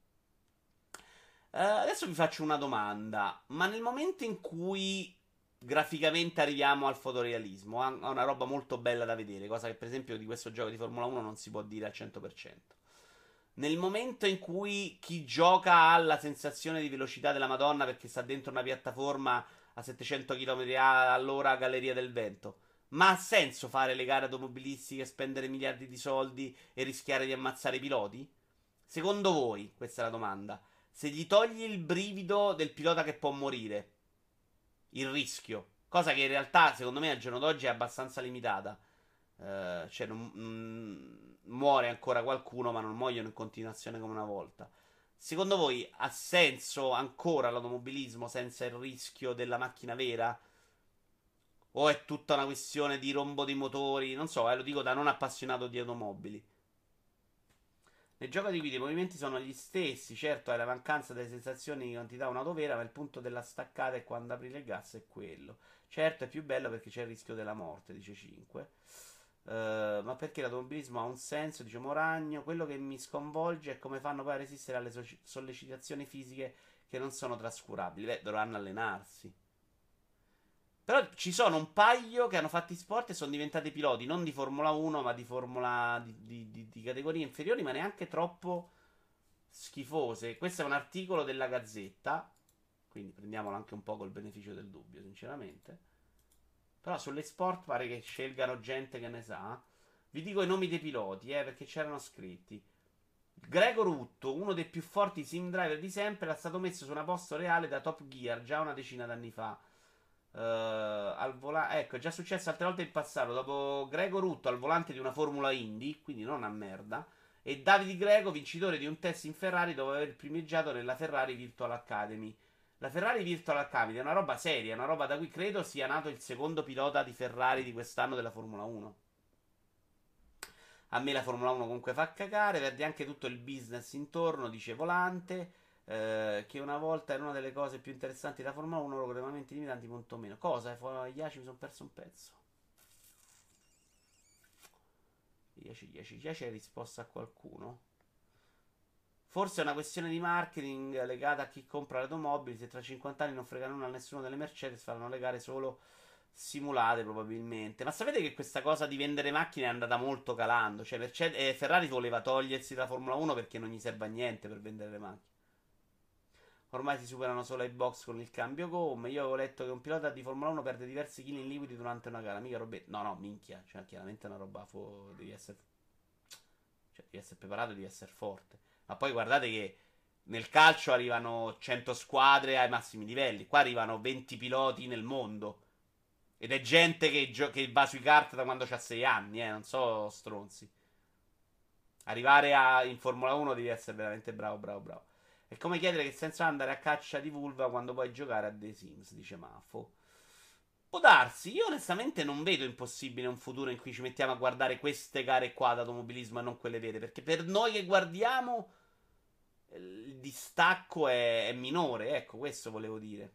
Adesso vi faccio una domanda. Ma nel momento in cui graficamente arriviamo al fotorealismo, a una roba molto bella da vedere, cosa che per esempio di questo gioco di Formula 1 non si può dire al 100%. Nel momento in cui chi gioca ha la sensazione di velocità della Madonna perché sta dentro una piattaforma a 700 km all'ora a Galleria del Vento, ma ha senso fare le gare automobilistiche, spendere miliardi di soldi e rischiare di ammazzare i piloti? Secondo voi, questa è la domanda, se gli togli il brivido del pilota che può morire, il rischio, cosa che in realtà secondo me al giorno d'oggi è abbastanza limitata, cioè muore ancora qualcuno ma non muoiono in continuazione come una volta. Secondo voi ha senso ancora l'automobilismo senza il rischio della macchina vera? O è tutta una questione di rombo dei motori? Non so, lo dico da non appassionato di automobili. Nel gioco di guida i movimenti sono gli stessi, certo hai la mancanza delle sensazioni di quantità un'auto vera, ma il punto della staccata è quando apri il gas è quello. Certo è più bello perché c'è il rischio della morte, dice 5. Ma perché l'automobilismo ha un senso, dice Moragno. Quello che mi sconvolge è come fanno poi a resistere alle sollecitazioni fisiche che non sono trascurabili. Beh, dovranno allenarsi. Però ci sono un paio che hanno fatto sport e sono diventati piloti, non di Formula 1, ma di Formula di categorie inferiori, ma neanche troppo schifose. Questo è un articolo della Gazzetta, quindi prendiamolo anche un po' col beneficio del dubbio, sinceramente. Però sulle sport pare che scelgano gente che ne sa. Vi dico i nomi dei piloti, perché c'erano scritti. Gregor Utto, uno dei più forti sim driver di sempre, era stato messo su una posto reale da Top Gear già una decina d'anni fa. Ecco, è già successo altre volte in passato. Dopo Greco Rutto al volante di una Formula Indy, quindi non a merda. E Davide Greco, vincitore di un test in Ferrari dopo aver primeggiato nella Ferrari Virtual Academy. La Ferrari Virtual Academy è una roba seria, una roba da cui credo sia nato il secondo pilota di Ferrari di quest'anno della Formula 1. A me la Formula 1 comunque fa cagare, perdi anche tutto il business intorno, dice Volante. Che una volta era una delle cose più interessanti della Formula 1, ora con regolamenti limitanti molto meno. Cosa? Iaci mi sono perso un pezzo. Iaci hai risposto a qualcuno? Forse è una questione di marketing legata a chi compra le automobili. Se tra 50 anni non frega nulla a nessuno delle Mercedes, faranno le gare solo simulate probabilmente. Ma sapete che questa cosa di vendere macchine è andata molto calando? Cioè, Ferrari voleva togliersi la Formula 1 perché non gli serve a niente per vendere le macchine. Ormai si superano solo i box con il cambio gomme. Io avevo letto che un pilota di Formula 1 perde diversi chili in liquidi durante una gara. Mica robe. No, no, minchia. Cioè, chiaramente è una roba. Devi essere. Cioè, devi essere preparato, devi essere forte. Ma poi guardate che nel calcio arrivano 100 squadre ai massimi livelli. Qua arrivano 20 piloti nel mondo. Ed è gente che va sui kart da quando ha 6 anni, non so stronzi. In Formula 1 devi essere veramente bravo, bravo, bravo. È come chiedere che senso ha andare a caccia di vulva quando puoi giocare a The Sims, dice Maffo. Può darsi, io onestamente non vedo impossibile un futuro in cui ci mettiamo a guardare queste gare qua d'automobilismo e non quelle vere, perché per noi che guardiamo il distacco è minore, ecco, questo volevo dire.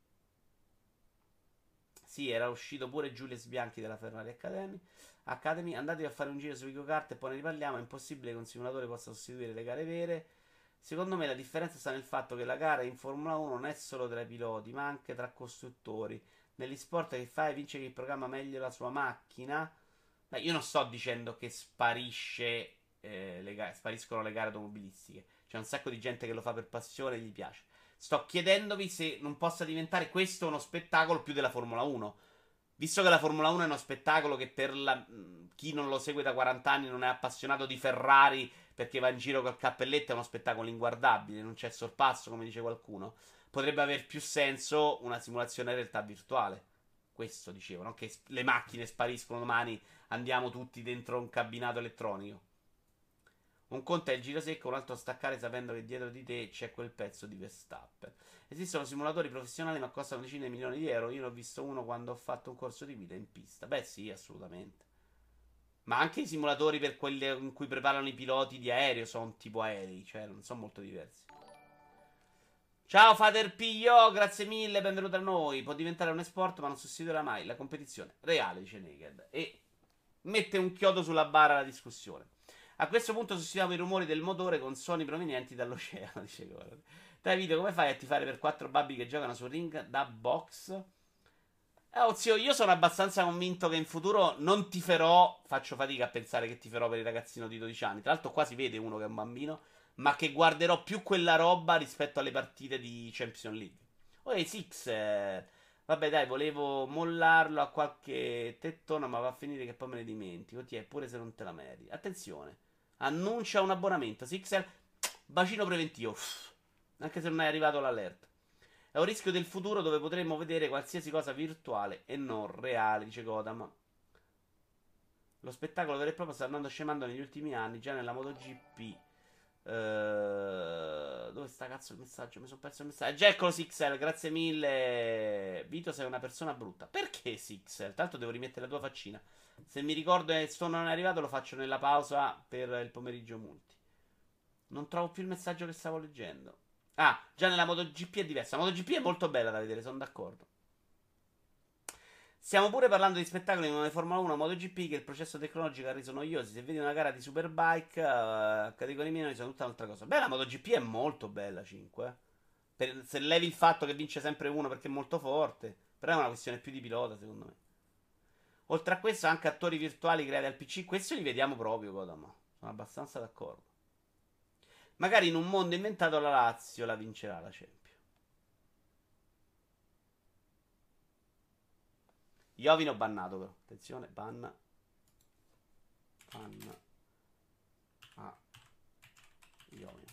Sì, era uscito pure Julius Bianchi della Ferrari Academy. Andatevi a fare un giro su Kart e poi ne riparliamo. È impossibile che un simulatore possa sostituire le gare vere. Secondo me la differenza sta nel fatto che la gara in Formula 1 non è solo tra i piloti, ma anche tra costruttori. Negli sport che fai vince chi programma meglio la sua macchina. Beh, io non sto dicendo che spariscono le gare automobilistiche. C'è un sacco di gente che lo fa per passione e gli piace. Sto chiedendovi se non possa diventare questo uno spettacolo più della Formula 1. Visto che la Formula 1 è uno spettacolo che per chi non lo segue da 40 anni non è appassionato di Ferrari perché va in giro col cappelletto, è uno spettacolo inguardabile, non c'è sorpasso, come dice qualcuno. Potrebbe aver più senso una simulazione in realtà virtuale. Questo dicevo, non che le macchine spariscono domani, andiamo tutti dentro un cabinato elettronico. Un conto è il giro secco, un altro staccare sapendo che dietro di te c'è quel pezzo di Verstappen. Esistono simulatori professionali ma costano decine di milioni di euro. Io ne ho visto uno quando ho fatto un corso di guida in pista. Beh, sì, assolutamente. Ma anche i simulatori per quelli in cui preparano i piloti di aereo sono tipo aerei, cioè non sono molto diversi. Ciao Fader Piglio, grazie mille, benvenuto a noi. Può diventare un esport, ma non sostituirà mai la competizione reale, dice Naked. E mette un chiodo sulla bara alla discussione. A questo punto sostituiamo i rumori del motore con suoni provenienti dall'oceano, dice Gordon. Dai video, come fai a tifare per quattro babbi che giocano sul ring da box? Zio, io sono abbastanza convinto che in futuro non tiferò. Faccio fatica a pensare che tiferò per il ragazzino di 12 anni. Tra l'altro, qua si vede uno che è un bambino. Ma che guarderò più quella roba rispetto alle partite di Champions League. Oh, Six. Vabbè, dai, volevo mollarlo a qualche tettona, ma va a finire che poi me ne dimentico. Ti è pure se non te la meriti. Attenzione. Annuncia un abbonamento. Sixer, bacino preventivo. Uff, anche se non è arrivato l'alert. È un rischio del futuro dove potremmo vedere qualsiasi cosa virtuale e non reale, dice Godam. Lo spettacolo vero e proprio sta andando scemando negli ultimi anni, già nella MotoGP. Dove sta cazzo il messaggio? Mi sono perso il messaggio. Jackalo Sixel, grazie mille. Vito, sei una persona brutta. Perché Sixel? Tanto devo rimettere la tua faccina. Se mi ricordo e sto non è arrivato, lo faccio nella pausa per il pomeriggio multi. Non trovo più il messaggio che stavo leggendo. Ah, già nella MotoGP è diversa. La MotoGP è molto bella da vedere, sono d'accordo. Stiamo pure parlando di spettacoli come Formula 1 o MotoGP che il processo tecnologico ha reso noiosi. Se vedi una gara di Superbike, categorie minori sono tutta un'altra cosa. Beh, la MotoGP è molto bella, 5. Se levi il fatto che vince sempre uno perché è molto forte. Però è una questione più di pilota, secondo me. Oltre a questo, anche attori virtuali creati al PC. Questo li vediamo proprio, Godamo. Sono abbastanza d'accordo. Magari in un mondo inventato la Lazio la vincerà la Champions. Iovino bannato però. Attenzione, ban. Ban. Ah, Iovino.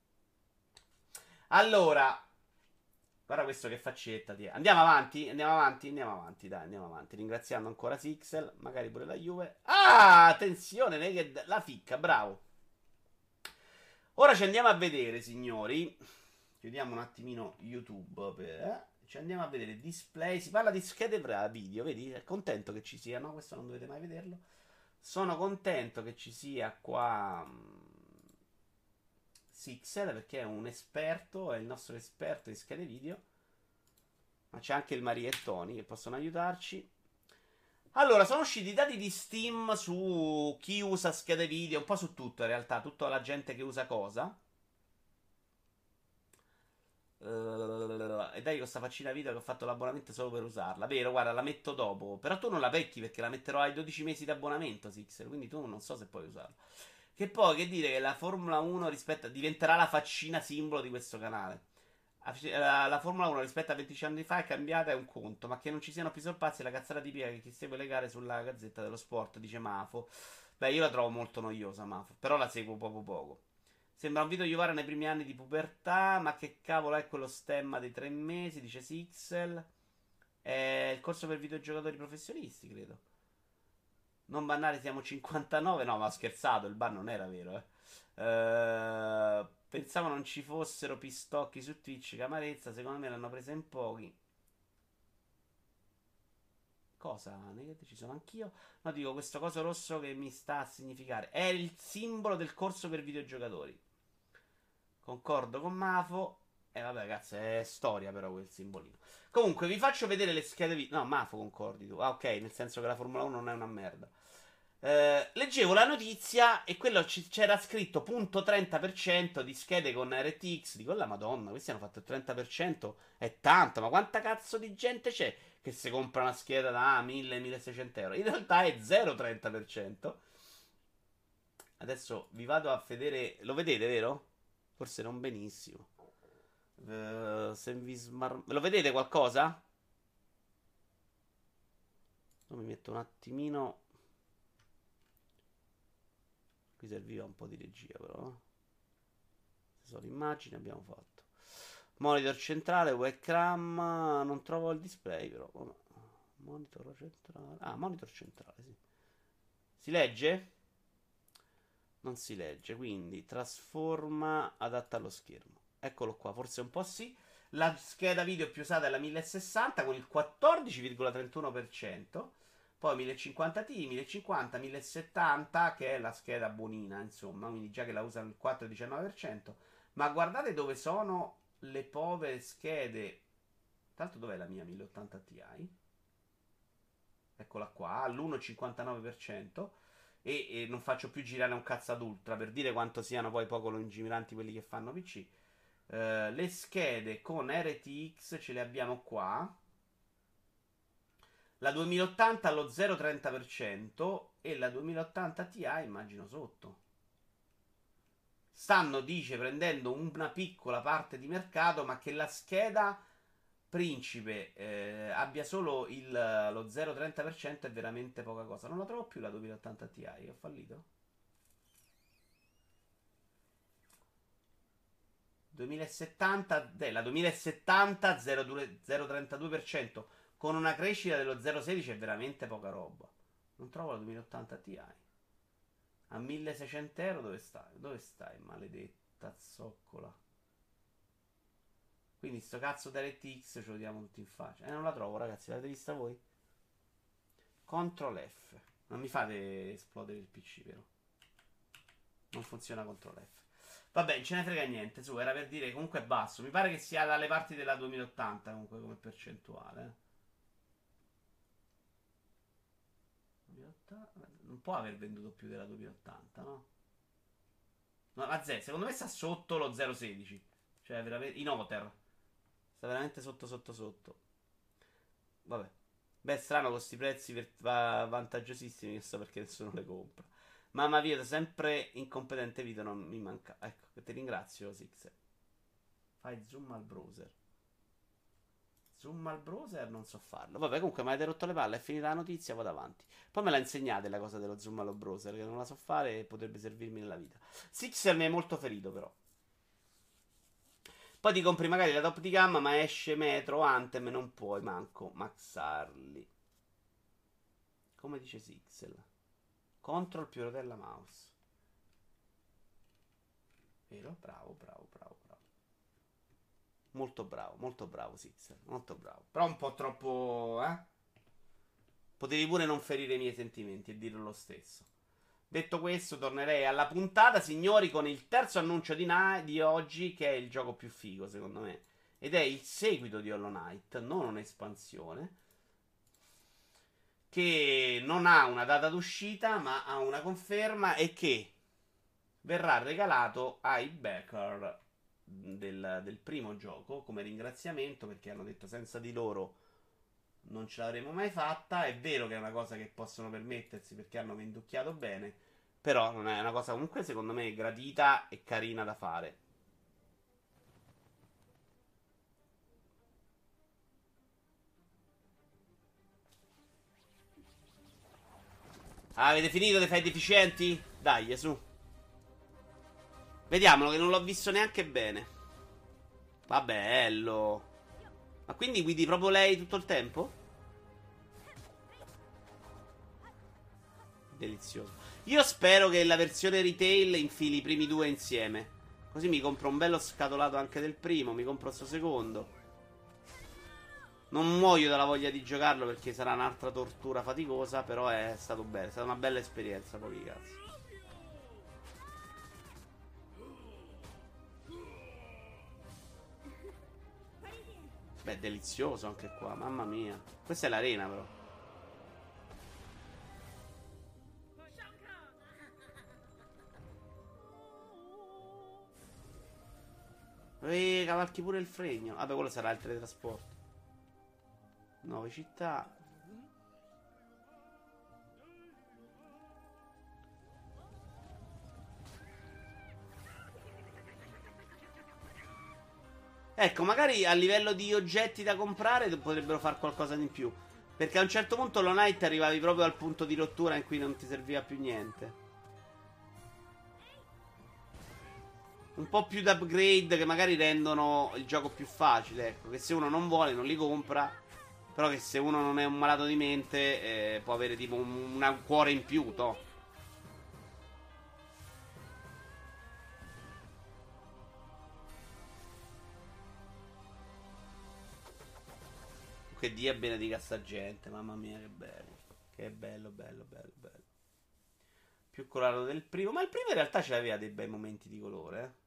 Allora, guarda questo che faccetta. Andiamo avanti, andiamo avanti, andiamo avanti, dai, andiamo avanti. Ringraziando ancora Sixel, magari pure la Juve. Ah, attenzione, Naked, la ficca, bravo. Ora ci andiamo a vedere, signori. Chiudiamo un attimino YouTube. Ci andiamo a vedere display. Si parla di schede video, vedi? È contento che ci sia, no? Questo non dovete mai vederlo. Sono contento che ci sia qua Sixel perché è un esperto, è il nostro esperto di schede video. Ma c'è anche il Maria e Tony che possono aiutarci. Allora, sono usciti i dati di Steam su chi usa schede video, un po' su tutto in realtà, tutta la gente che usa cosa. E dai, questa faccina video che ho fatto l'abbonamento solo per usarla. Vero, guarda, la metto dopo. Però tu non la vecchi perché la metterò ai 12 mesi di abbonamento, Sixer. Quindi tu non so se puoi usarla. Che poi, che dire che la Formula 1 diventerà la faccina simbolo di questo canale. La Formula 1 rispetto a 25 anni fa è cambiata, è un conto, ma che non ci siano più sorpassi è la cazzata tipica che chi segue le gare sulla Gazzetta dello Sport, dice Mafo. Beh, io la trovo molto noiosa, Mafo, però la seguo poco poco. Sembra un video Iovara nei primi anni di pubertà, ma che cavolo è quello stemma dei 3 mesi, dice Sixel. È il corso per videogiocatori professionisti, credo. Non bannare, siamo 59. No, ma ho scherzato, il ban non era vero, eh. Pensavo non ci fossero pistocchi su Twitch, camarezza, secondo me l'hanno presa in pochi. Cosa? Negati, ci sono anch'io. No, dico questo coso rosso che mi sta a significare. È il simbolo del corso per videogiocatori. Concordo con Mafo. E vabbè, cazzo, è storia però quel simbolino. Comunque, vi faccio vedere le schede video. No, Mafo concordi tu. Ah, ok, nel senso che la Formula 1 non è una merda. Leggevo la notizia e quello c'era scritto punto 30% di schede con RTX. Dico, la madonna, questi hanno fatto il 30%. È tanto, ma quanta cazzo di gente c'è che si compra una scheda da 1000-1600 euro? In realtà è 0,30%. Adesso vi vado a vedere. Lo vedete, vero? Forse non benissimo. Se vi Lo vedete qualcosa? Mi metto un attimino. Qui serviva un po' di regia, però. Se sono immagini, abbiamo fatto. Monitor centrale, webcam. Non trovo il display, però. Monitor centrale. Ah, monitor centrale, sì. Si legge? Non si legge, quindi trasforma, adatta allo schermo. Eccolo qua, forse un po' sì. La scheda video più usata è la 1060 con il 14,31%. Poi 1050 Ti, 1050, 1070 che è la scheda buonina, insomma, quindi già che la usano il 4,19%. Ma guardate dove sono le povere schede. Tanto dov'è la mia 1080 Ti? Eccola qua, all'1,59%. E non faccio più girare un cazzo ad ultra per dire quanto siano poi poco lungimiranti quelli che fanno PC. Le schede con RTX ce le abbiamo qua. La 2080 allo 0,30% e la 2080 Ti immagino sotto. Stanno, dice, prendendo una piccola parte di mercato, ma che la scheda principe abbia solo lo 0,30% è veramente poca cosa. Non la trovo più la 2080 Ti, ho fallito. 2070, la 2070 0,32% con una crescita dello 0,16 è veramente poca roba. Non trovo la 2080 Ti. A 1600 euro dove stai? Dove stai, maledetta zoccola? Quindi sto cazzo da RTX ce lo diamo tutti in faccia. Non la trovo, ragazzi, l'avete vista voi? Ctrl F. Non mi fate esplodere il PC, vero? Non funziona Ctrl F. Vabbè, non ce ne frega niente. Su, era per dire comunque è basso. Mi pare che sia dalle parti della 2080 comunque come percentuale. 2080. Non può aver venduto più della 2080, no? No, la Z, secondo me sta sotto lo 0,16. Cioè, veramente. In Oter. Sta veramente sotto, sotto, sotto. Vabbè. Beh, strano con questi prezzi vantaggiosissimi. Non so perché nessuno le compra. Mamma mia, da sempre incompetente video non mi manca. Ecco, ti ringrazio, Sixer. Fai zoom al browser. Zoom al browser non so farlo. Vabbè, comunque mi avete rotto le palle. È finita la notizia, vado avanti. Poi me la insegnate la cosa dello zoom allo browser, che non la so fare e potrebbe servirmi nella vita. Sixer mi è molto ferito, però. Poi ti compri magari la top di gamma, ma esce Metro, Anthem, non puoi manco maxarli. Come dice Sixel. Control più rotella mouse. Vero? Bravo, bravo, bravo, bravo. Molto bravo Sixel, molto bravo. Però un po' troppo, eh? Potevi pure non ferire i miei sentimenti e dirlo lo stesso. Detto questo, tornerei alla puntata, signori, con il terzo annuncio di oggi, che è il gioco più figo, secondo me. Ed è il seguito di Hollow Knight, non un'espansione. Che non ha una data d'uscita, ma ha una conferma e che verrà regalato ai backer del primo gioco come ringraziamento perché hanno detto senza di loro non ce l'avremmo mai fatta. È vero che è una cosa che possono permettersi perché hanno venducchiato bene, però non è una cosa comunque secondo me gradita e carina da fare. Ah, avete finito dei fai deficienti? Dai, su. Vediamolo che non l'ho visto neanche bene. Va bello. Ma quindi guidi proprio lei tutto il tempo? Delizioso. Io spero che la versione retail infili i primi due insieme. Così mi compro un bello scatolato anche del primo. Mi compro sto secondo. Non muoio dalla voglia di giocarlo perché sarà un'altra tortura faticosa. Però è stato bello. È stata una bella esperienza. Pochi cazzi. Beh, delizioso anche qua. Mamma mia. Questa è l'arena, però. Cavalchi pure il fregno. Vabbè, quello sarà il teletrasporto. Nuove città. Ecco, magari a livello di oggetti da comprare potrebbero fare qualcosa di in più. Perché a un certo punto lo Night arrivavi proprio al punto di rottura in cui non ti serviva più niente. Un po' più di upgrade che magari rendono il gioco più facile. Ecco, che se uno non vuole, non li compra. Però che se uno non è un malato di mente, può avere tipo un cuore in più, toh. Che Dio benedica sta gente, mamma mia che bello. Che bello, bello, bello, bello. Più colorato del primo, ma il primo in realtà ce l'aveva dei bei momenti di colore, eh.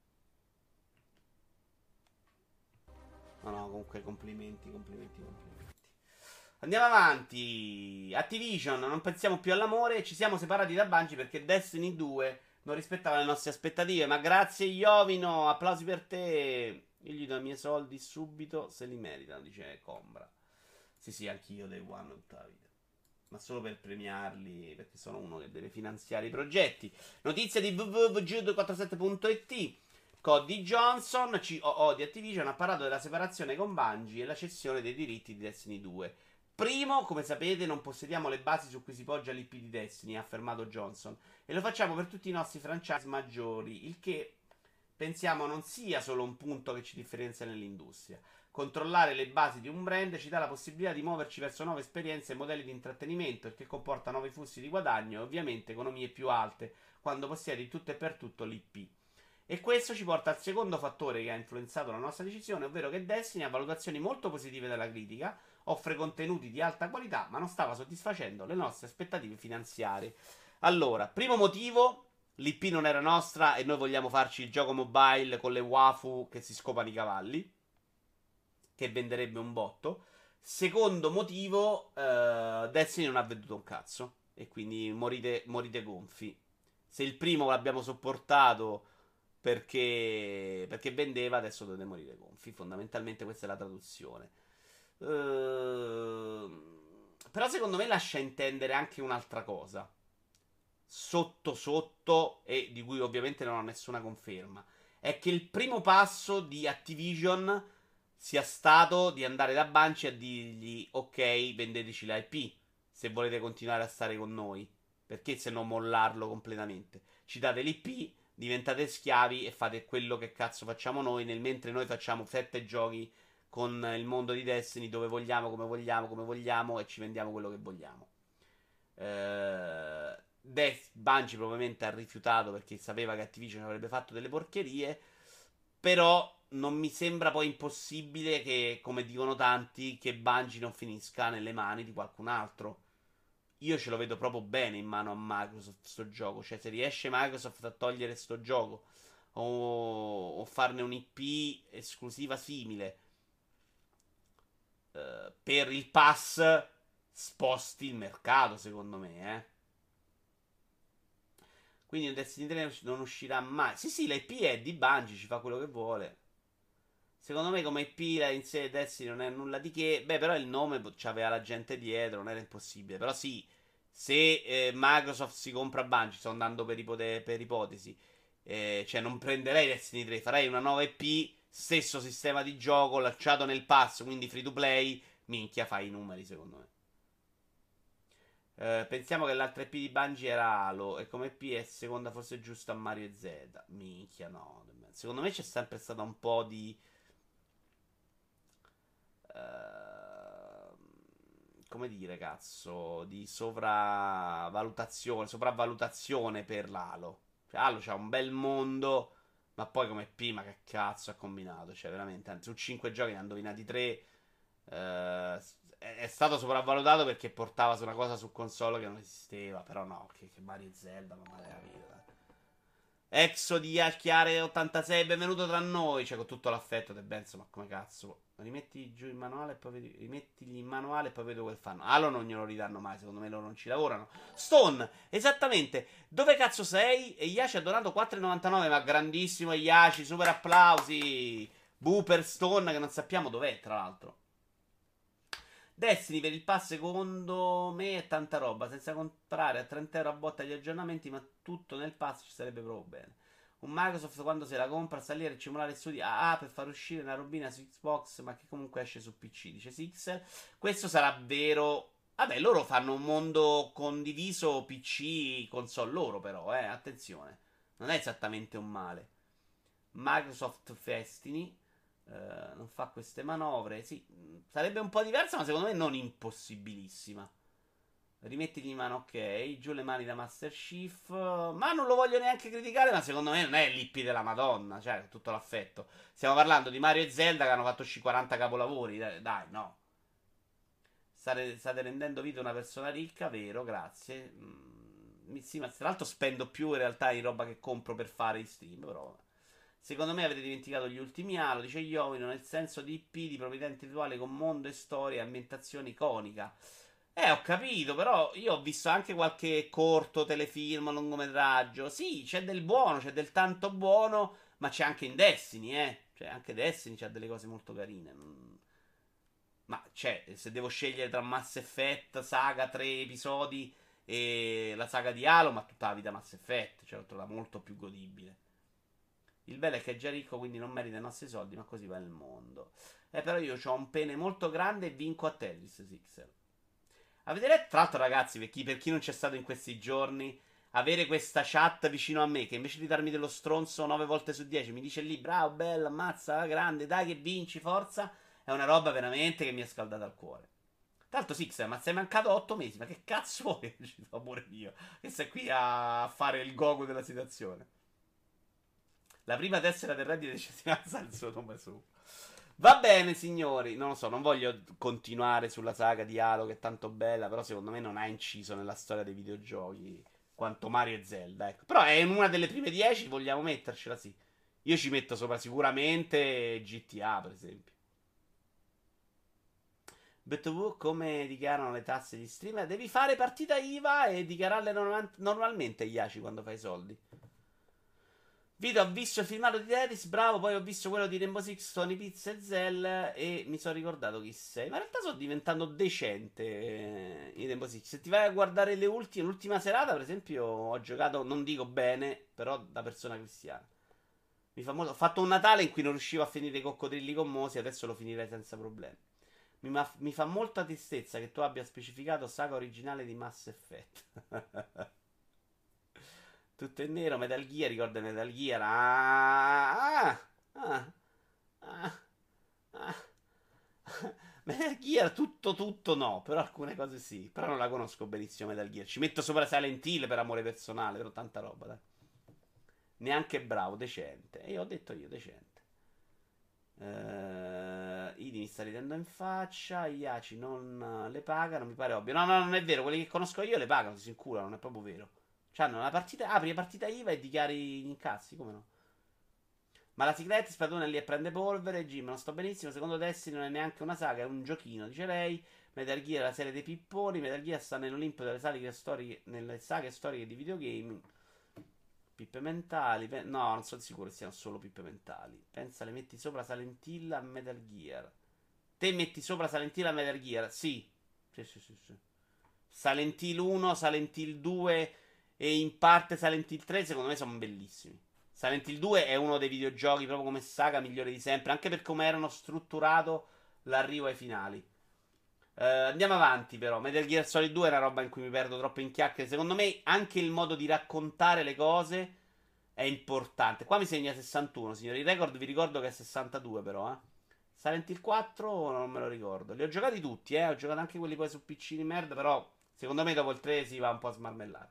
No, no, comunque complimenti, complimenti, complimenti. Andiamo avanti. Activision, non pensiamo più all'amore. Ci siamo separati da Bungie perché Destiny 2 non rispettava le nostre aspettative. Ma grazie, Iovino. Applausi per te. Io gli do i miei soldi subito. Se li meritano, dice Combra. Sì, sì, anch'io dei One tutta la vita. Ma solo per premiarli, perché sono uno che deve finanziare i progetti. Notizia di www.jude47.it. Cody Johnson, COO di Activision, ha parlato della separazione con Bungie e la cessione dei diritti di Destiny 2. Primo, come sapete, non possediamo le basi su cui si poggia l'IP di Destiny, ha affermato Johnson, e lo facciamo per tutti i nostri franchise maggiori, il che pensiamo non sia solo un punto che ci differenzia nell'industria. Controllare le basi di un brand ci dà la possibilità di muoverci verso nuove esperienze e modelli di intrattenimento, il che comporta nuovi flussi di guadagno e ovviamente economie più alte quando possiedi tutto e per tutto l'IP. E questo ci porta al secondo fattore che ha influenzato la nostra decisione, ovvero che Destiny ha valutazioni molto positive dalla critica, offre contenuti di alta qualità, ma non stava soddisfacendo le nostre aspettative finanziarie. Allora, primo motivo, l'IP non era nostra e noi vogliamo farci il gioco mobile con le wafu che si scopano i cavalli, che venderebbe un botto. Secondo motivo, Destiny non ha venduto un cazzo e quindi morite gonfi. Se il primo l'abbiamo sopportato perché vendeva, adesso dovete morire gonfi. Fondamentalmente questa è la traduzione. Però secondo me lascia intendere anche un'altra cosa. Sotto sotto, e di cui ovviamente non ho nessuna conferma, è che il primo passo di Activision sia stato di andare da Bungie a dirgli ok, vendeteci la IP se volete continuare a stare con noi. Perché se no mollarlo completamente? Ci date l'IP, diventate schiavi e fate quello che cazzo facciamo noi, nel mentre noi facciamo 7 giochi con il mondo di Destiny dove vogliamo, come vogliamo, come vogliamo e ci vendiamo quello che vogliamo. Bungie probabilmente ha rifiutato perché sapeva che Activision avrebbe fatto delle porcherie. Però non mi sembra poi impossibile che, come dicono tanti, che Bungie non finisca nelle mani di qualcun altro. Io ce lo vedo proprio bene in mano a Microsoft sto gioco. Cioè, se riesce Microsoft a togliere sto gioco o farne un'IP esclusiva simile per il pass, sposti il mercato, secondo me, eh. Quindi Destiny 3 non uscirà mai. Sì, sì, l'IP è di Bungie, ci fa quello che vuole. Secondo me come IP la in sé Destiny non è nulla di che. Beh, però il nome c'aveva la gente dietro, non era impossibile. Però sì, se Microsoft si compra Bungie, sto andando per ipotesi, cioè non prenderei Destiny 3, farei una nuova IP, stesso sistema di gioco, lanciato nel pass, quindi free to play, minchia fai i numeri secondo me. Pensiamo che l'altra IP di Bungie era Halo e come IP è seconda forse giusta a Mario e Z. Minchia no. Secondo me c'è sempre stata un po' di come dire, cazzo, di sopravvalutazione per l'Halo. Cioè, Halo c'ha un bel mondo, ma poi come P, ma che cazzo ha combinato? Cioè, veramente, anzi, su 5 giochi ne ha indovinati 3. È stato sopravvalutato perché portava su una cosa su console che non esisteva. Però no, che Mario e Zelda, ma male la vita. Exo di Chiare 86, benvenuto tra noi. Cioè, con tutto l'affetto del Benzo, ma come cazzo? Rimetti giù il manuale e poi vedi. Rimettigli il manuale e poi vedo quel fanno. Halo non glielo ridanno mai, secondo me loro non ci lavorano. Stone, esattamente. Dove cazzo sei? E Yashi ha donato 4,99, ma grandissimo Yashi, super applausi. Booper Stone, che non sappiamo dov'è, tra l'altro. Destiny per il pass secondo me è tanta roba, senza comprare a 30 euro a botta gli aggiornamenti, ma tutto nel pass ci sarebbe proprio bene. Un Microsoft quando se la compra sta lì a ricimolare studi AA per far uscire una robina su Xbox, ma che comunque esce su PC, dice Sixel. Questo sarà vero. Vabbè, loro fanno un mondo condiviso PC console loro però, attenzione. Non è esattamente un male. Microsoft Destiny Non fa queste manovre. Sì, sarebbe un po' diversa, ma secondo me non impossibilissima. Rimettili in mano, ok. Giù le mani da Master Chief. Ma non lo voglio neanche criticare, ma secondo me non è l'IP della Madonna. Cioè, con tutto l'affetto. Stiamo parlando di Mario e Zelda che hanno fatto 40 capolavori. Dai, no. State rendendo vita a una persona ricca, vero, grazie. Sì, ma tra l'altro spendo più in realtà in roba che compro per fare i stream, però. Secondo me avete dimenticato gli ultimi Halo, dice Iovino, nel senso di IP, di proprietà intellettuale con mondo e storia e ambientazione iconica. Ho capito, però io ho visto anche qualche corto, telefilm, lungometraggio. Sì, c'è del buono, c'è del tanto buono, ma c'è anche in Destiny, eh. Cioè, anche Destiny c'ha delle cose molto carine. Ma c'è, se devo scegliere tra Mass Effect, saga, 3 episodi e la saga di Halo, ma tutta la vita Mass Effect, cioè l'ho trovata molto più godibile. Il bello è che è già ricco, quindi non merita i nostri soldi, ma così va il mondo. Però io ho un pene molto grande e vinco a Tetris, Sixer. Avete letto, tra l'altro ragazzi, per chi non c'è stato in questi giorni, avere questa chat vicino a me, che invece di darmi dello stronzo 9 volte su 10, mi dice lì, bravo, bella, ammazza, grande, dai che vinci, forza, è una roba veramente che mi è scaldata al cuore. Tra l'altro, Sixer, ma sei mancato 8 mesi, ma che cazzo vuoi? Amore mio, che sei qui a fare il gogo della situazione. La prima tessera del reddito di cittadinanza ha il suo nome su. Va bene, signori. Non lo so, non voglio continuare sulla saga di Halo che è tanto bella, però secondo me non ha inciso nella storia dei videogiochi quanto Mario e Zelda. Ecco. Però è in una delle prime 10, vogliamo mettercela, sì. Io ci metto sopra sicuramente GTA, per esempio. BTV come dichiarano le tasse di streamer? Devi fare partita IVA e dichiararle normalmente, Iaci, quando fai soldi. Vito, ho visto il filmato di Tetris, bravo, poi ho visto quello di Rainbow Six, Tony Pizza e Zell e mi sono ricordato chi sei. Ma in realtà sto diventando decente in Rainbow Six. Se ti vai a guardare l'ultima serata, per esempio, ho giocato, non dico bene, però da persona cristiana. Ho fatto un Natale in cui non riuscivo a finire i coccodrilli commosi, adesso lo finirei senza problemi. Mi fa molta tristezza che tu abbia specificato saga originale di Mass Effect. Tutto in nero, Metal Gear, ricorda Metal Gear. Ah, ah, ah. Metal Gear, tutto no, però alcune cose sì. Però non la conosco benissimo Metal Gear. Ci metto sopra Silent Hill per amore personale, però tanta roba, dai. Neanche bravo, decente. E io ho detto io, decente. Idi mi sta ridendo in faccia. Iaci non le pagano, mi pare ovvio. No, no, non è vero. Quelli che conosco io le pagano, si inculano, non è proprio vero. C'hanno una partita, apri la partita IVA e dichiari gli incassi, come no? Ma la sigletta Spadone è lì a prende polvere. Jim, non sto benissimo. Secondo Destiny non è neanche una saga, è un giochino, dice lei. Metal Gear è la serie dei pipponi. Metal Gear sta nell'Olimpo delle saghe storiche, nelle saghe storiche di videogame. Pippe mentali. No, non sono sicuro che siano solo pippe mentali. Pensa, le metti sopra Silent Hill a Metal Gear. Te metti sopra Silent Hill a Metal Gear? Sì. Sì, sì, sì, sì. Silent Hill 1, Silent Hill 2 e in parte Silent Hill 3 secondo me sono bellissimi. Silent Hill 2 è uno dei videogiochi proprio come saga migliore di sempre, anche per come erano strutturato l'arrivo ai finali. Andiamo avanti però, Metal Gear Solid 2 è una roba in cui mi perdo troppo in chiacchiere. Secondo me anche il modo di raccontare le cose è importante. Qua mi segna 61, signori. Il record vi ricordo che è 62 però, eh. Silent Hill 4 non me lo ricordo. Li ho giocati tutti, eh. Ho giocato anche quelli poi su PC di merda, però secondo me dopo il 3 si va un po' a smarmellare.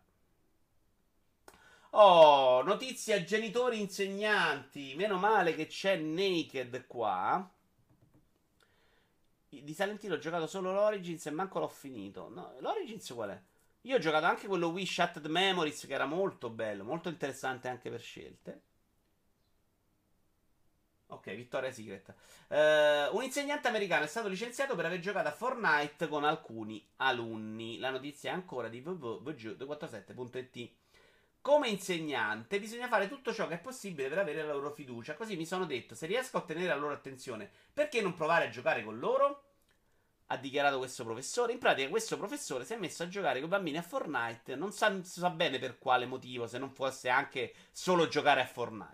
Oh, notizia genitori insegnanti. Meno male che c'è Naked qua. Di Silent Hill ho giocato solo l'Origins e manco l'ho finito. No, l'Origins qual è? Io ho giocato anche quello Wii Shattered Memories che era molto bello, molto interessante anche per scelte. Ok, Victoria's Secret. Un insegnante americano è stato licenziato per aver giocato a Fortnite con alcuni alunni. La notizia è ancora di www.vg247.it. Come insegnante bisogna fare tutto ciò che è possibile per avere la loro fiducia. Così mi sono detto, se riesco a ottenere la loro attenzione, perché non provare a giocare con loro? Ha dichiarato questo professore. In pratica questo professore si è messo a giocare con i bambini a Fortnite. Non sa bene per quale motivo, se non fosse anche solo giocare a Fortnite.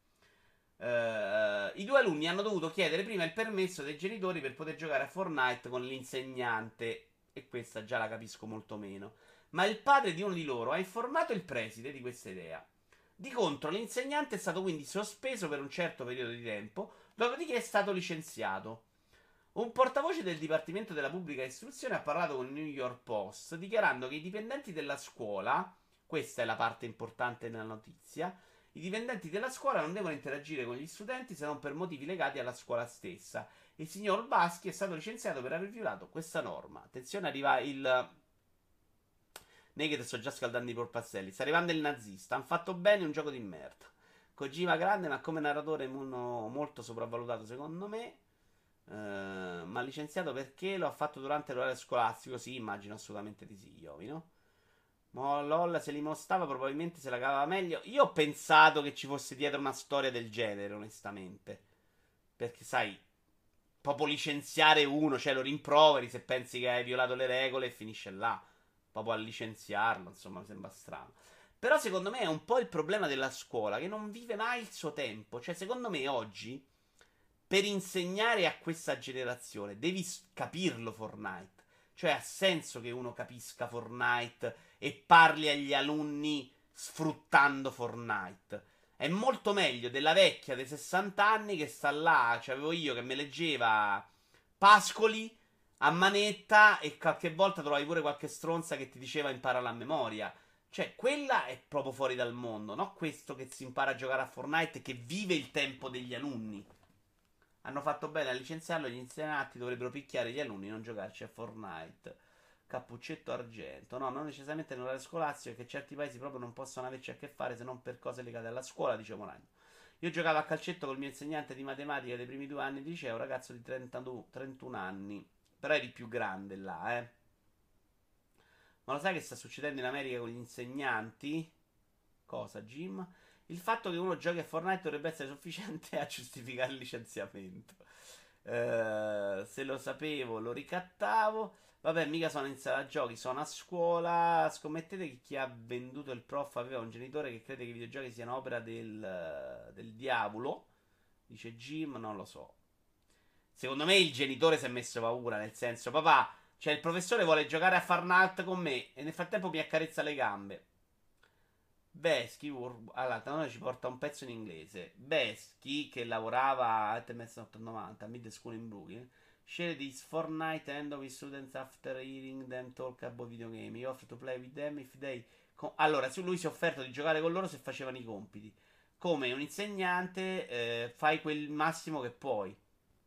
I due alunni hanno dovuto chiedere prima il permesso dei genitori per poter giocare a Fortnite con l'insegnante. E questa già la capisco molto meno. Ma il padre di uno di loro ha informato il preside di questa idea. Di contro, l'insegnante è stato quindi sospeso per un certo periodo di tempo, Dopodiché è stato licenziato. Un portavoce del Dipartimento della Pubblica Istruzione ha parlato con il New York Post dichiarando che i dipendenti della scuola, questa è la parte importante nella notizia, i dipendenti della scuola non devono interagire con gli studenti se non per motivi legati alla scuola stessa. Il signor Baschi è stato licenziato per aver violato questa norma. Attenzione, arriva il Naked, sto già scaldando i polpazzeli. Sta arrivando il nazista. Han fatto bene un gioco di merda. Kojima grande, ma come narratore molto sopravvalutato secondo me. Ma licenziato perché lo ha fatto durante l'orario scolastico? Sì, immagino assolutamente di sì, Iovino. Ma LOL se li mostava probabilmente se la cavava meglio. Io ho pensato che ci fosse dietro una storia del genere, onestamente. Perché sai, proprio licenziare uno, cioè lo rimproveri se pensi che hai violato le regole e finisce là. Proprio a licenziarlo, insomma, mi sembra strano. Però secondo me è un po' il problema della scuola, che non vive mai il suo tempo. Cioè, secondo me oggi, per insegnare a questa generazione, devi capirlo Fortnite. Cioè, ha senso che uno capisca Fortnite e parli agli alunni sfruttando Fortnite. È molto meglio della vecchia dei 60 anni che sta là, cioè avevo io che me leggeva Pascoli a manetta e qualche volta trovavi pure qualche stronza che ti diceva impara la memoria. Cioè, quella è proprio fuori dal mondo, no? Questo che si impara a giocare a Fortnite e che vive il tempo degli alunni. Hanno fatto bene a licenziarlo, gli insegnanti dovrebbero picchiare gli alunni, non giocarci a Fortnite. Cappuccetto argento. No, non necessariamente nell'orario scolastico, che certi paesi proprio non possono averci a che fare se non per cose legate alla scuola, dice Moragno. Io giocavo a calcetto col mio insegnante di matematica dei primi 2 anni di liceo, ragazzo di 32, 31 anni. Però eri più grande là, eh. Ma lo sai che sta succedendo in America con gli insegnanti? Cosa, Jim? Il fatto che uno giochi a Fortnite dovrebbe essere sufficiente a giustificare il licenziamento. Se lo sapevo, lo ricattavo. Vabbè, mica sono in sala giochi, sono a scuola. Scommettete che chi ha venduto il prof aveva un genitore che crede che i videogiochi siano opera del diavolo. Dice Jim, non lo so. Secondo me il genitore si è messo paura, nel senso, papà, cioè il professore vuole giocare a Fortnite con me e nel frattempo mi accarezza le gambe. Beschi, allora, noi ci porta un pezzo in inglese. Beschi, che lavorava a TMS 890 a Mid School in Brooklyn, shared his Fortnite and of his students after hearing them talk about video game. He offered to play with them if they. Allora, lui si è offerto di giocare con loro se facevano i compiti. Come un insegnante, fai quel massimo che puoi.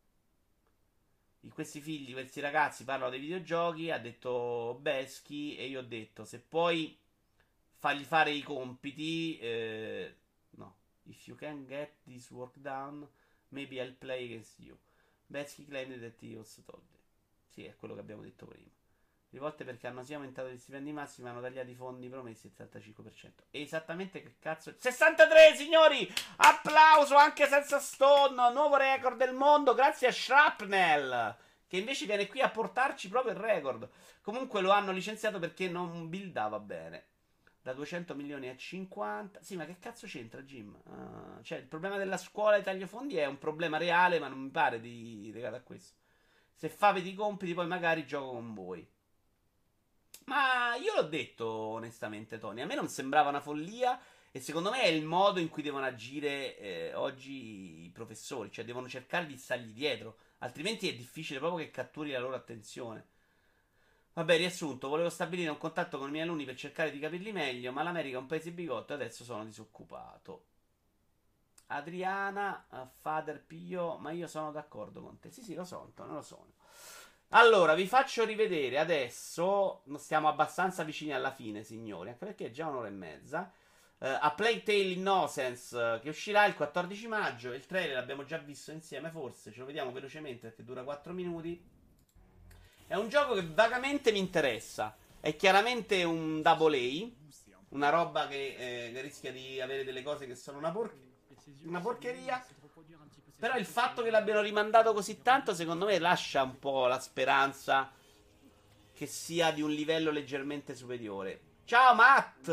Questi figli, questi ragazzi parlano dei videogiochi. Ha detto Beschi, e io ho detto: se poi fargli fare i compiti, no. If you can get this work done, maybe I'll play against you. Besky claimed that he also told it. Sì, è quello che abbiamo detto prima. Rivolte perché hanno sia aumentato gli stipendi massimi, hanno tagliato i fondi promessi il 75%. E esattamente che cazzo. 63, signori! Applauso anche senza Stone! Nuovo record del mondo grazie a Shrapnel, che invece viene qui a portarci proprio il record. Comunque lo hanno licenziato perché non buildava bene. Da 200 milioni a 50. Sì, ma che cazzo c'entra, Jim? Cioè, il problema della scuola e taglio fondi è un problema reale, ma non mi pare di legato a questo. Se fate i compiti, poi magari gioco con voi. Ma io l'ho detto onestamente, Tony. A me non sembrava una follia. E secondo me è il modo in cui devono agire oggi i professori. Cioè, devono cercare di stargli dietro. Altrimenti è difficile proprio che catturi la loro attenzione. Vabbè, riassunto, volevo stabilire un contatto con i miei alunni per cercare di capirli meglio, ma l'America è un paese bigotto e adesso sono disoccupato. Adriana, Father Pio, ma io sono d'accordo con te. Sì, sì, lo sono, Antonio, lo sono. Allora, vi faccio rivedere adesso. Stiamo abbastanza vicini alla fine, signori, anche perché è già un'ora e mezza. A Plague Tale Innocence, che uscirà il 14 maggio. Il trailer l'abbiamo già visto insieme, forse. Ce lo vediamo velocemente perché dura 4 minuti. È un gioco che vagamente mi interessa. È chiaramente un double A. Una roba che rischia di avere delle cose che sono una porcheria. Però il fatto che l'abbiano rimandato così tanto, secondo me, lascia un po' la speranza che sia di un livello leggermente superiore. Ciao Matt!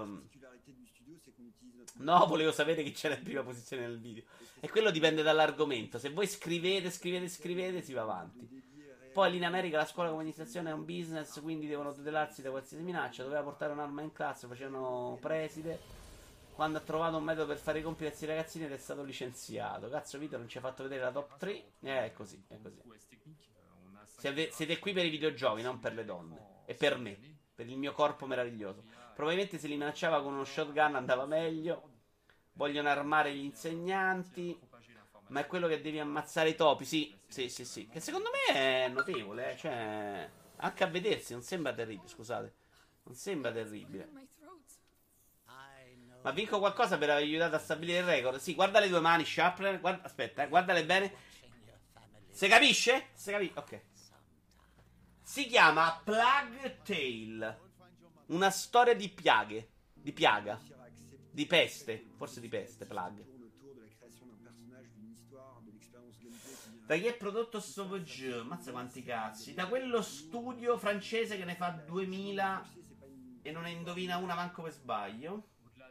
No, volevo sapere chi c'era in prima posizione nel video. E quello dipende dall'argomento. Se voi scrivete, si va avanti. Poi lì in America la scuola come amministrazione è un business, quindi devono tutelarsi da qualsiasi minaccia. Doveva portare un'arma in classe, facevano preside. quando ha trovato un metodo per fare i compiti a questi ragazzini ed è stato licenziato. Cazzo, Vito non ci ha fatto vedere la top 3. È così, è così. Siete qui per i videogiochi, non per le donne. E per me, per il mio corpo meraviglioso. Probabilmente se li minacciava con uno shotgun andava meglio. Vogliono armare gli insegnanti. Ma è quello che devi ammazzare i topi. Sì, sì, sì, sì. Che secondo me è notevole. Cioè, anche a vedersi, non sembra terribile. Scusate, non sembra terribile. Ma vinco qualcosa per aver aiutato a stabilire il record. Sì, guarda le due mani, Chaplin. Aspetta, guardale bene. Se capisce? Se capisce? Ok. Si chiama Plague Tale. Una storia di piaghe. Di piaga. Di peste. Forse di peste, Plague. Da chi è prodotto sto VG? Mazza quanti cazzi. Da quello studio francese che ne fa 2000 e non ne indovina una manco per sbaglio.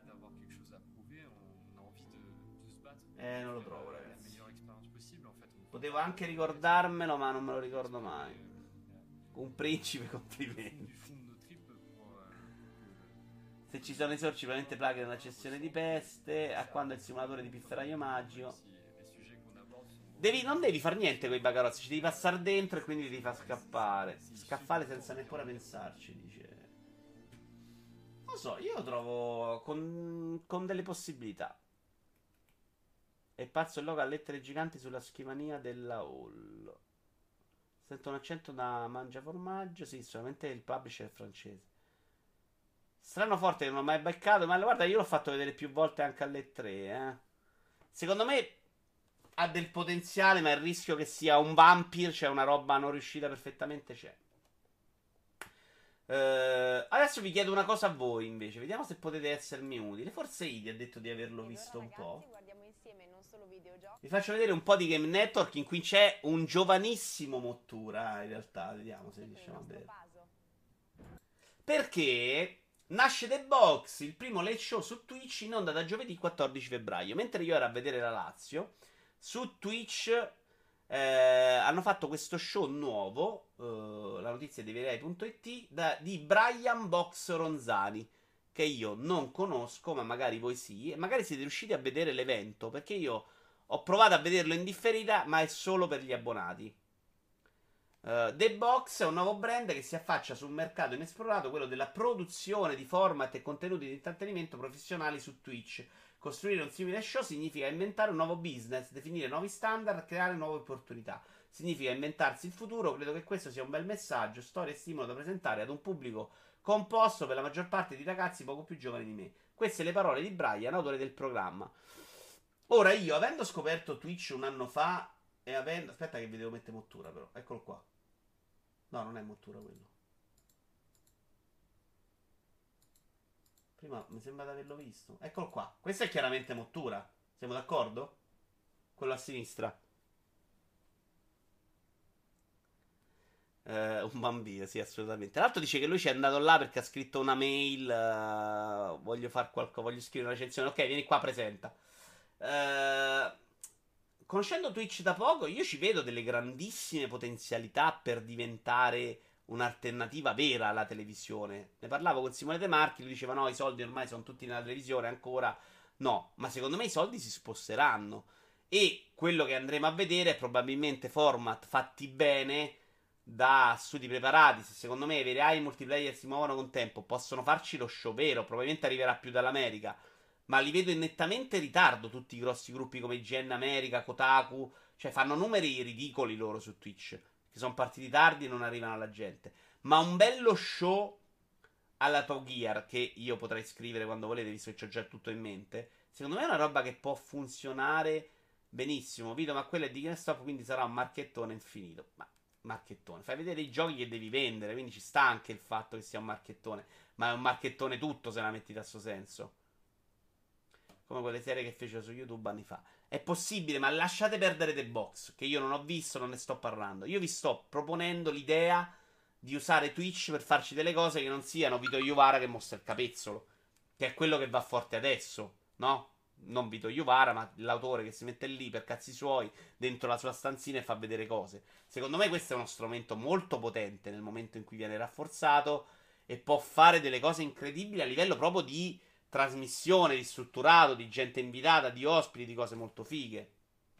Non lo trovo, ragazzi. Potevo anche ricordarmelo, ma non me lo ricordo mai. Un principe, complimenti. Se ci sono i sorci, probabilmente Plague nella cessione di peste. A quando è il simulatore di pifferaio magico. Non devi far niente con i bagarozzi, ci devi passare dentro e quindi li devi far scappare. Scappare senza neppure pensarci, dice. Non so, io lo trovo con delle possibilità. È pazzo il logo a lettere giganti sulla scrivania della hall. Sento un accento da mangiaformaggio. Sì, solamente il publisher è francese. Strano forte che non ho mai beccato. Ma guarda, io l'ho fatto vedere più volte anche alle 3. Secondo me ha del potenziale, ma il rischio che sia un vampire, cioè una roba non riuscita perfettamente, c'è. Adesso vi chiedo una cosa a voi invece. Vediamo se potete essermi utili. Forse Idi ha detto di averlo visto un po'. Vi faccio vedere un po' di Game Network in cui c'è un giovanissimo Mottura. In realtà, vediamo se riusciamo a vedere. Perché nasce The Box, il primo late show su Twitch in onda da giovedì 14 febbraio. Mentre io ero a vedere la Lazio, su Twitch hanno fatto questo show nuovo. La notizia è di verai.it di Brian Box Ronzani, che io non conosco, ma magari voi sì. E magari siete riusciti a vedere l'evento, perché io ho provato a vederlo in differita, ma è solo per gli abbonati. The Box è un nuovo brand che si affaccia su un mercato inesplorato, quello della produzione di format e contenuti di intrattenimento professionali su Twitch. Costruire un simile show significa inventare un nuovo business, definire nuovi standard, creare nuove opportunità. Significa inventarsi il futuro. Credo che questo sia un bel messaggio, storia e stimolo da presentare ad un pubblico composto per la maggior parte di ragazzi poco più giovani di me. Queste le parole di Brian, autore del programma. Ora io, avendo scoperto Twitch un anno fa e avendo... Aspetta che vi devo mettere Mottura però, eccolo qua. No, non è Mottura quello. Prima mi sembra di averlo visto. Eccolo qua. Questo è chiaramente Mottura. Siamo d'accordo? Quello a sinistra. Un bambino, sì, assolutamente. Tra l'altro dice che lui ci è andato là perché ha scritto una mail. Voglio fare qualcosa, voglio scrivere una recensione. Ok, vieni qua, presenta. Conoscendo Twitch da poco, io ci vedo delle grandissime potenzialità per diventare un'alternativa vera alla televisione. Ne parlavo con Simone De Marchi, lui diceva no, i soldi ormai sono tutti nella televisione, ancora no, ma secondo me i soldi si sposteranno. E quello che andremo a vedere è probabilmente format fatti bene da studi preparati. Se secondo me i veri multiplayer si muovono con tempo, possono farci lo show vero. Probabilmente arriverà più dall'America. Ma li vedo in nettamente ritardo tutti i grossi gruppi come IGN America, Kotaku. Cioè fanno numeri ridicoli loro su Twitch, che sono partiti tardi e non arrivano alla gente. Ma un bello show alla Top Gear, che io potrei scrivere quando volete, visto che ho già tutto in mente. Secondo me è una roba che può funzionare benissimo. Vito, ma quello è di GameStop, quindi sarà un marchettone infinito. Ma marchettone, fai vedere i giochi che devi vendere, quindi ci sta anche il fatto che sia un marchettone. Ma è un marchettone tutto se la metti da sto senso. Come quelle serie che fecero su YouTube anni fa. È possibile, ma lasciate perdere The Box, che io non ho visto, non ne sto parlando. Io vi sto proponendo l'idea di usare Twitch per farci delle cose che non siano Vito Iuvara che mostra il capezzolo, che è quello che va forte adesso, no? Non Vito Iuvara, ma l'autore che si mette lì per cazzi suoi dentro la sua stanzina e fa vedere cose. Secondo me questo è uno strumento molto potente nel momento in cui viene rafforzato e può fare delle cose incredibili a livello proprio di trasmissione, di strutturato, di gente invitata, di ospiti, di cose molto fighe.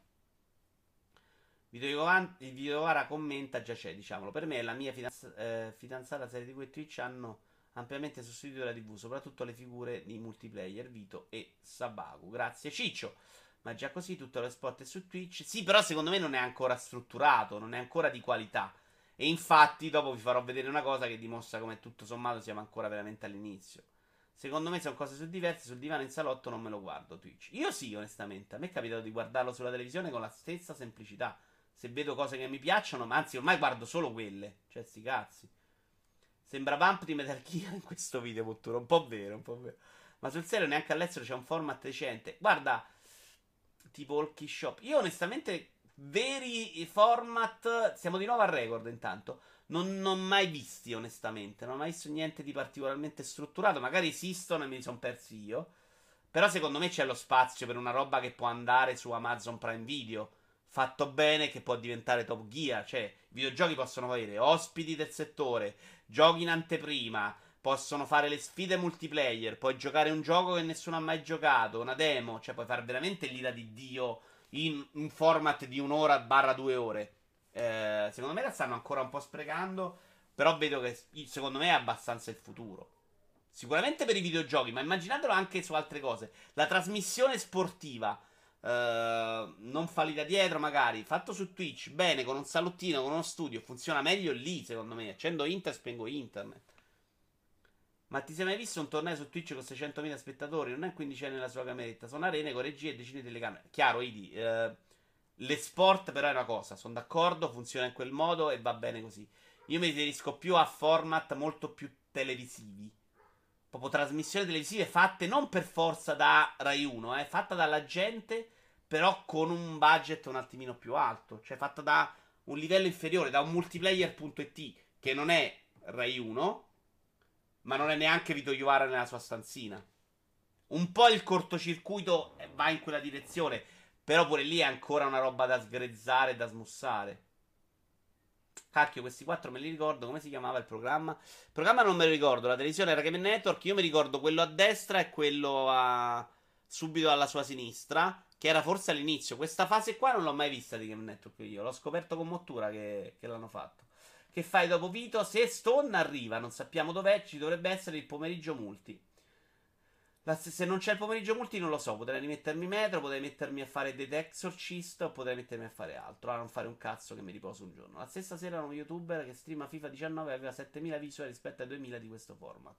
Il videovara commenta, già c'è, diciamolo. Per me e la mia fidanzata serie TV e Twitch hanno ampiamente sostituito la TV, soprattutto le figure di multiplayer, Vito e Sabaku. Grazie Ciccio. Ma già così tutto lo sport è su Twitch. Sì, però secondo me non è ancora strutturato, non è ancora di qualità. E infatti dopo vi farò vedere una cosa che dimostra come tutto sommato siamo ancora veramente all'inizio. Secondo me sono cose su diverse, sul divano in salotto non me lo guardo Twitch. Io sì, onestamente, a me è capitato di guardarlo sulla televisione con la stessa semplicità. Se vedo cose che mi piacciono, ma anzi ormai guardo solo quelle. Cioè, sti cazzi. Sembra Pump di Metal Gear in questo video, Pottura. Un po' vero, un po' vero. Ma sul serio neanche all'estero c'è un format decente. Guarda, tipo Walkie Shop. Io onestamente, veri format, siamo di nuovo al record intanto. Non ho mai visti, onestamente. Non ho mai visto niente di particolarmente strutturato. Magari esistono e me li sono persi io. Però secondo me c'è lo spazio per una roba che può andare su Amazon Prime Video. Fatto bene, che può diventare Top Gear. Cioè, i videogiochi possono avere ospiti del settore, giochi in anteprima, possono fare le sfide multiplayer, puoi giocare un gioco che nessuno ha mai giocato, una demo, cioè puoi fare veramente l'ira di Dio in un format di un'ora barra 2 ore. Secondo me la stanno ancora un po' sprecando, però vedo che secondo me è abbastanza il futuro. Sicuramente per i videogiochi, ma immaginatelo anche su altre cose. La trasmissione sportiva, non fallita dietro, magari fatto su Twitch, bene, con un salottino, con uno studio, funziona meglio lì, secondo me. Accendo internet, spengo internet. Ma ti sei mai visto un torneo su Twitch con 600.000 spettatori? Non è quindicenne nella sua cameretta, sono arene con regie e decine di telecamere. Chiaro, Idi. L'esport però è una cosa, sono d'accordo, funziona in quel modo e va bene così. Io mi riferisco più a format molto più televisivi. Proprio trasmissioni televisive fatte non per forza da Rai 1, fatta dalla gente, però con un budget un attimino più alto. Cioè fatta da un livello inferiore, da un multiplayer.it, che non è Rai 1, ma non è neanche Vito Iuvara nella sua stanzina. Un po' il cortocircuito va in quella direzione, però pure lì è ancora una roba da sgrezzare e da smussare. Cacchio, questi quattro me li ricordo. Come si chiamava il programma? Il programma non me lo ricordo. La televisione era Game Network. Io mi ricordo quello a destra e quello subito alla sua sinistra. Che era forse all'inizio. Questa fase qua non l'ho mai vista di Game Network io. L'ho scoperto con Mottura che l'hanno fatto. Che fai dopo Vito? Se Stone arriva, non sappiamo dov'è. Ci dovrebbe essere il pomeriggio multi. Se non c'è il pomeriggio multi non lo so, potrei rimettermi metro, potrei mettermi a fare Dead Exorcist o potrei mettermi a fare altro, a non fare un cazzo che mi riposo un giorno. La stessa sera uno youtuber che streama FIFA 19 aveva 7.000 visual rispetto ai 2.000 di questo format.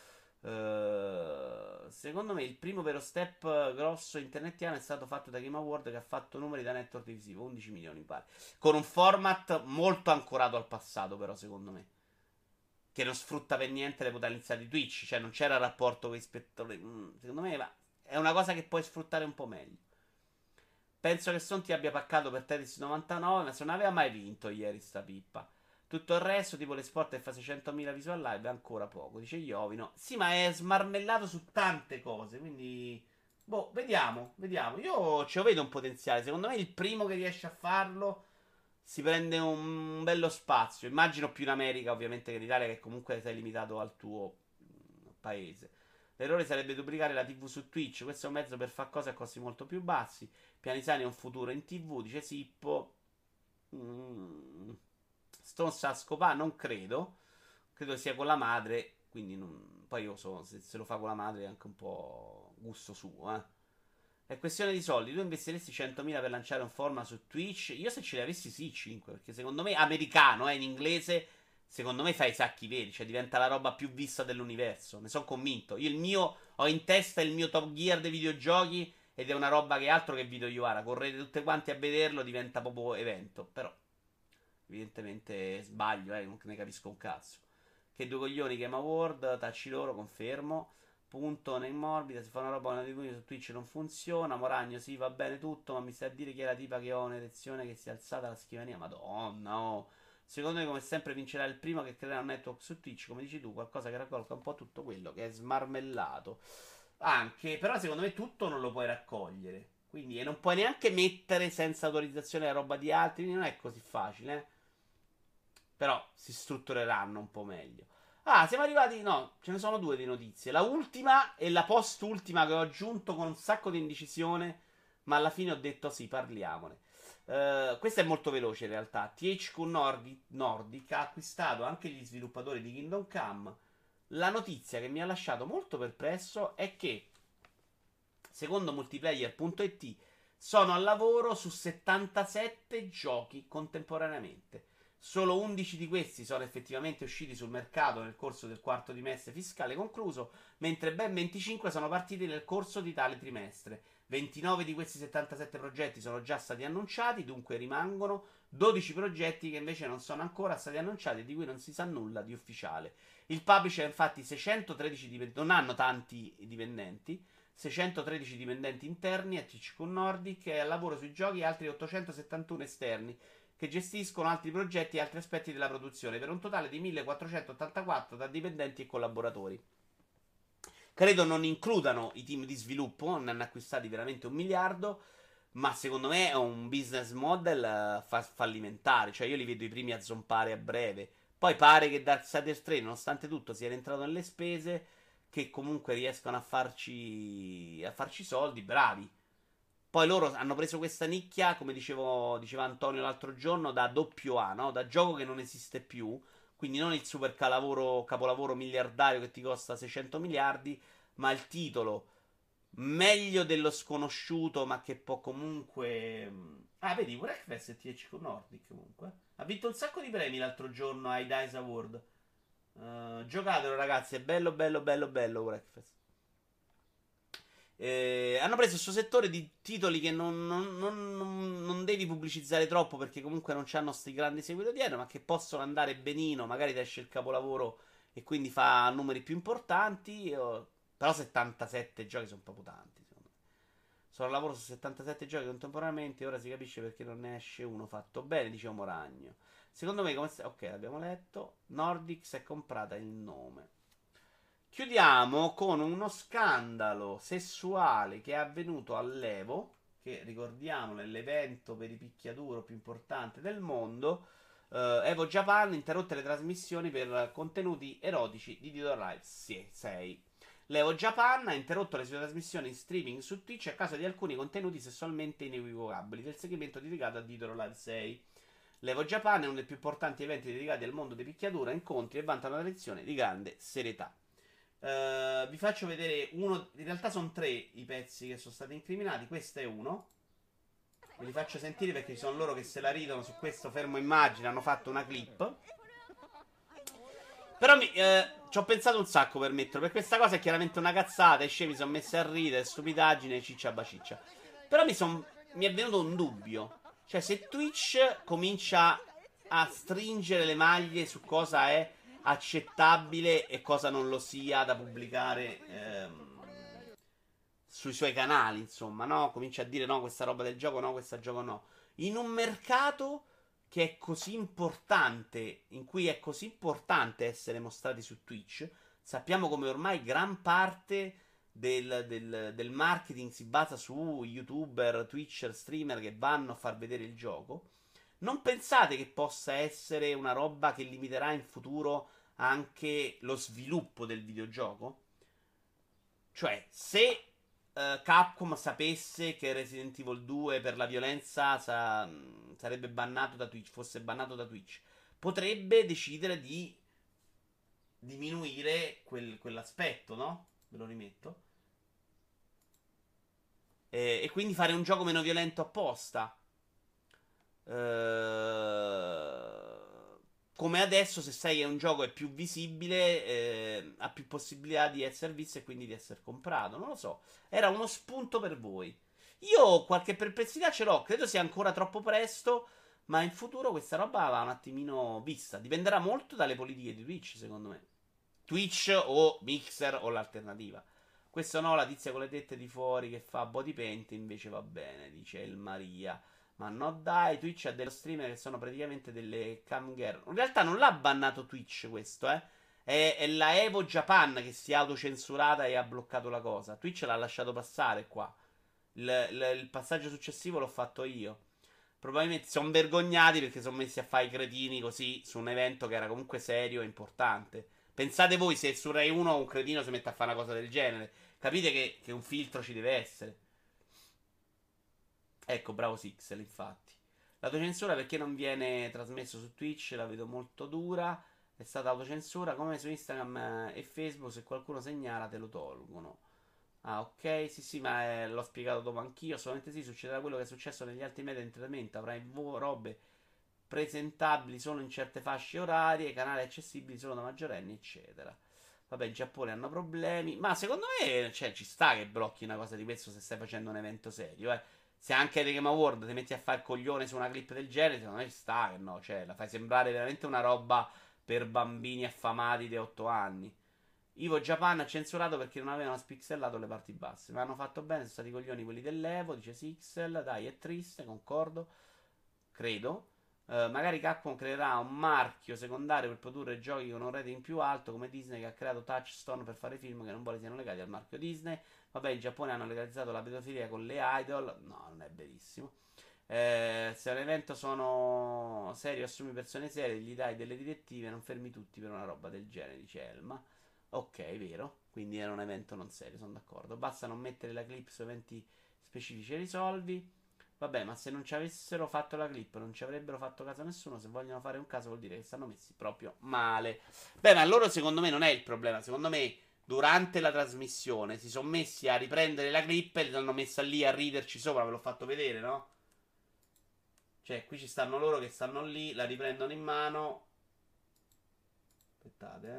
Secondo me il primo vero step grosso internetiano è stato fatto da Game Award che ha fatto numeri da network televisivo, 11 milioni pare. Con un format molto ancorato al passato però secondo me che non sfrutta per niente le potenzialità di Twitch, cioè non c'era rapporto con i spettatori. Secondo me è una cosa che puoi sfruttare un po' meglio. Penso che Son ti abbia paccato per Tetris 99, ma se non aveva mai vinto ieri sta pippa. Tutto il resto, tipo le sport che fa 600.000 visual live, è ancora poco, dice Iovino. Sì, ma è smarmellato su tante cose, quindi... Boh, vediamo, vediamo. Io ci vedo un potenziale. Secondo me il primo che riesce a farlo si prende un bello spazio. Immagino più in America, ovviamente, che in Italia, che comunque sei limitato al tuo paese. L'errore sarebbe duplicare la TV su Twitch. Questo è un mezzo per fare cose a costi molto più bassi. Pianisani è un futuro in TV, dice Sippo. Stronza a scopà, non credo. Credo sia con la madre. Quindi poi io so, se lo fa con la madre è anche un po' gusto suo, eh. È questione di soldi. Tu investiresti 100.000 per lanciare un format su Twitch? Io se ce li avessi sì, 5. Perché secondo me, americano, in inglese, secondo me fai i sacchi veri. Cioè diventa la roba più vista dell'universo. Ne sono convinto. Io il mio, ho in testa il mio Top Gear dei videogiochi ed è una roba che altro che video Iovara. Correte tutte quanti a vederlo, diventa proprio evento. Però, evidentemente sbaglio, non ne capisco un cazzo. Che due coglioni Game Award, tacci loro, confermo. Punto nel morbida, si fa una roba di cui su Twitch non funziona. Moragno, sì, va bene tutto, ma mi stai a dire che è la tipa che ho un'erezione che si è alzata alla scrivania. Madonna, oh. Secondo me, come sempre, vincerà il primo che creerà un network su Twitch, come dici tu, qualcosa che raccolga un po' tutto quello che è smarmellato. Anche, però secondo me tutto non lo puoi raccogliere. Quindi, e non puoi neanche mettere senza autorizzazione la roba di altri, quindi non è così facile, eh. Però si struttureranno un po' meglio. Ah, siamo arrivati. No, ce ne sono due di notizie. La ultima e la post-ultima che ho aggiunto con un sacco di indecisione. Ma alla fine ho detto sì, parliamone. Questa è molto veloce in realtà. THQ Nordic ha acquistato anche gli sviluppatori di Kingdom Come. La notizia che mi ha lasciato molto perplesso è che, secondo multiplayer.it, sono al lavoro su 77 giochi contemporaneamente. Solo 11 di questi sono effettivamente usciti sul mercato nel corso del quarto trimestre fiscale concluso, mentre ben 25 sono partiti nel corso di tale trimestre. 29 di questi 77 progetti sono già stati annunciati, dunque rimangono 12 progetti che invece non sono ancora stati annunciati e di cui non si sa nulla di ufficiale. Il publisher ha infatti 613 dipendenti, non hanno tanti dipendenti, 613 dipendenti interni a THQ Nordic e al lavoro sui giochi altri 871 esterni che gestiscono altri progetti e altri aspetti della produzione, per un totale di 1484 tra dipendenti e collaboratori. Credo non includano i team di sviluppo, ne hanno acquistati veramente 1 miliardo, ma secondo me è un business model fallimentare, cioè io li vedo i primi a zompare a breve. Poi pare che Darksiders 3, nonostante tutto, sia rientrato nelle spese, che comunque riescono a farci soldi, bravi. Poi loro hanno preso questa nicchia, come diceva Antonio l'altro giorno, da doppio A, no? Da gioco che non esiste più. Quindi non il super capolavoro miliardario che ti costa 600 miliardi, ma il titolo meglio dello sconosciuto, ma che può comunque. Ah, vedi, Wreckfest e THQ Nordic comunque. Ha vinto un sacco di premi l'altro giorno ai DICE Award. Giocatelo, ragazzi, è bello, bello, bello, bello Wreckfest. Hanno preso questo settore di titoli che non devi pubblicizzare troppo perché comunque non hanno sti grandi seguito dietro, ma che possono andare benino. Magari ti esce il capolavoro e quindi fa numeri più importanti. Però 77 giochi sono proprio tanti. Secondo me. Sono al lavoro su 77 giochi contemporaneamente. Ora si capisce perché non ne esce uno fatto bene, diceva Moragno. Secondo me, ok, l'abbiamo letto. Nordic si è comprata il nome. Chiudiamo con uno scandalo sessuale che è avvenuto all'Evo, che ricordiamolo è l'evento per i picchiaduro più importante del mondo. Evo Japan interrotte le trasmissioni per contenuti erotici di Dito Live 6. L'Evo Japan ha interrotto le sue trasmissioni in streaming su Twitch a causa di alcuni contenuti sessualmente inequivocabili del segmento dedicato a Dito Live 6. L'Evo Japan è uno dei più importanti eventi dedicati al mondo dei picchiadura, incontri e vanta una tradizione di grande serietà. Vi faccio vedere uno. In realtà sono tre i pezzi che sono stati incriminati. Questo è uno. Ve li faccio sentire perché ci sono loro che se la ridono su questo fermo immagine. Hanno fatto una clip. Però ci ho pensato un sacco per metterlo. Per questa cosa è chiaramente una cazzata. E scemi sono messi a ridere. Stupidaggine, ciccia baciccia. Però mi è venuto un dubbio. Cioè, se Twitch comincia a stringere le maglie su cosa è accettabile e cosa non lo sia da pubblicare sui suoi canali, insomma, no? Comincia a dire no, questa roba del gioco no, questa gioco no. In un mercato che è così importante, in cui è così importante essere mostrati su Twitch, sappiamo come ormai gran parte del marketing si basa su youtuber, twitcher, streamer che vanno a far vedere il gioco. Non pensate che possa essere una roba che limiterà in futuro anche lo sviluppo del videogioco? Cioè, se Capcom sapesse che Resident Evil 2 per la violenza sarebbe bannato da Twitch, fosse bannato da Twitch, potrebbe decidere di diminuire quell'aspetto, no? Ve lo rimetto. E quindi fare un gioco meno violento apposta. Come adesso, se sai che un gioco è più visibile, ha più possibilità di essere visto e quindi di essere comprato. Non lo so. Era uno spunto per voi. Io qualche perplessità ce l'ho. Credo sia ancora troppo presto. Ma in futuro questa roba va un attimino vista. Dipenderà molto dalle politiche di Twitch, secondo me. Twitch o Mixer o l'alternativa. Questo no, la tizia con le tette di fuori che fa body paint invece va bene, dice il Maria. Ma no dai, Twitch ha dello streamer che sono praticamente delle cam girl. In realtà non l'ha bannato Twitch questo, eh. È la Evo Japan che si è autocensurata e ha bloccato la cosa. Twitch l'ha lasciato passare qua. Il passaggio successivo l'ho fatto io. Probabilmente si sono vergognati perché sono messi a fare i cretini così su un evento che era comunque serio e importante. Pensate voi se su Rai 1 un cretino si mette a fare una cosa del genere. Capite che un filtro ci deve essere. Ecco, bravo Sixel, infatti. L'autocensura perché non viene trasmesso su Twitch? La vedo molto dura. È stata autocensura come su Instagram e Facebook. Se qualcuno segnala, te lo tolgono. Ah, ok. Sì, sì, ma l'ho spiegato dopo anch'io. Assolutamente sì. Succederà quello che è successo negli altri media di intrattenimento. Avrai robe presentabili solo in certe fasce orarie, canali accessibili solo da maggiorenni, eccetera. Vabbè, in Giappone hanno problemi. Ma secondo me, cioè, ci sta che blocchi una cosa di questo se stai facendo un evento serio, eh. Se anche The Game Award ti metti a fare il coglione su una clip del genere, secondo me ci sta, che no? Cioè, la fai sembrare veramente una roba per bambini affamati di 8 anni. Ivo Japan ha censurato perché non avevano spixellato le parti basse. Ma hanno fatto bene, sono stati i coglioni quelli dell'Evo, dice Sixel. Dai, è triste, concordo. Credo. Magari Capcom creerà un marchio secondario per produrre giochi con un rating più alto, come Disney che ha creato Touchstone per fare film che non vuole siano legati al marchio Disney. Vabbè, in Giappone hanno legalizzato la pedofilia con le idol. No, non è verissimo. Se un evento sono serio, assumi persone serie, gli dai delle direttive, non fermi tutti per una roba del genere, dice Elma. Ok, vero. Quindi era un evento non serio, sono d'accordo. Basta non mettere la clip su eventi specifici e risolvi. Vabbè, ma se non ci avessero fatto la clip, non ci avrebbero fatto caso a nessuno. Se vogliono fare un caso, vuol dire che stanno messi proprio male. Beh, ma loro secondo me non è il problema. Secondo me, durante la trasmissione si sono messi a riprendere la clip e l'hanno messa lì a riderci sopra. Ve l'ho fatto vedere, no? Cioè, qui ci stanno loro che stanno lì, la riprendono in mano. Aspettate,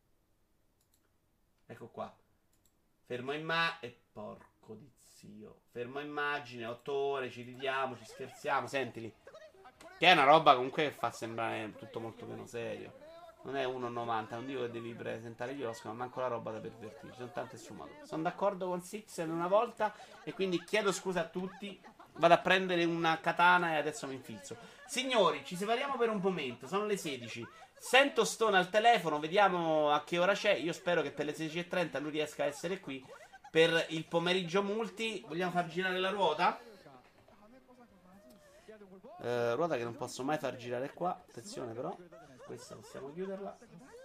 Ecco qua. Fermo e porco di zio. Fermo immagine, 8 ore, ci ridiamo, ci scherziamo, sentili. Che è una roba comunque che fa sembrare tutto molto meno serio. Non è 1,90, non dico che devi presentare gli Oscar, ma manco la roba da pervertirci. Sono tante sfumature. Sono d'accordo con Sixen una volta e quindi chiedo scusa a tutti. Vado a prendere una katana e adesso mi infilzo. Signori, ci separiamo per un momento. Sono le 16. Sento Stone al telefono, vediamo a che ora c'è. Io spero che per le 16:30 lui riesca a essere qui per il pomeriggio multi. Vogliamo far girare la ruota? Ruota che non posso mai far girare qua. Attenzione però. Questa possiamo chiuderla.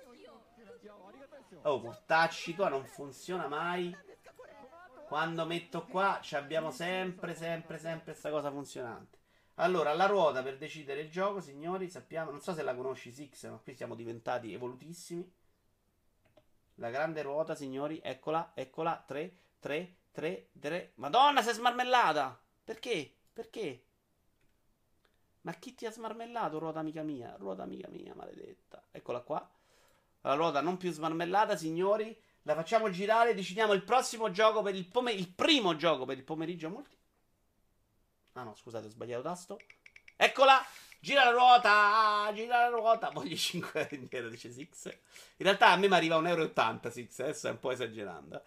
Oh, mortacci, qua non funziona mai. Quando metto qua ci abbiamo sempre sta cosa funzionante. Allora, la ruota per decidere il gioco, signori, sappiamo, non so se la conosci Six, ma qui siamo diventati evolutissimi. La grande ruota, signori, eccola, 3, 3, 3, 3. Madonna, sei smarmellata! Perché? Perché? Ma chi ti ha smarmellato, ruota amica mia? Ruota amica mia, maledetta. Eccola qua. La ruota non più smarmellata, signori. La facciamo girare, decidiamo il prossimo gioco per il primo gioco per il pomeriggio multi. Ah no, scusate, ho sbagliato tasto. Eccola! Gira la ruota. Voglio 5 euro indietro, dice Six. In realtà a me mi arriva 1,80 euro Six, adesso è un po' esagerando.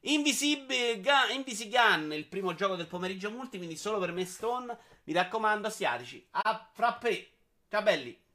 Invisigun, il primo gioco del pomeriggio multi, quindi solo per me Stone. Mi raccomando, asiatici. A frappè. Ciao belli.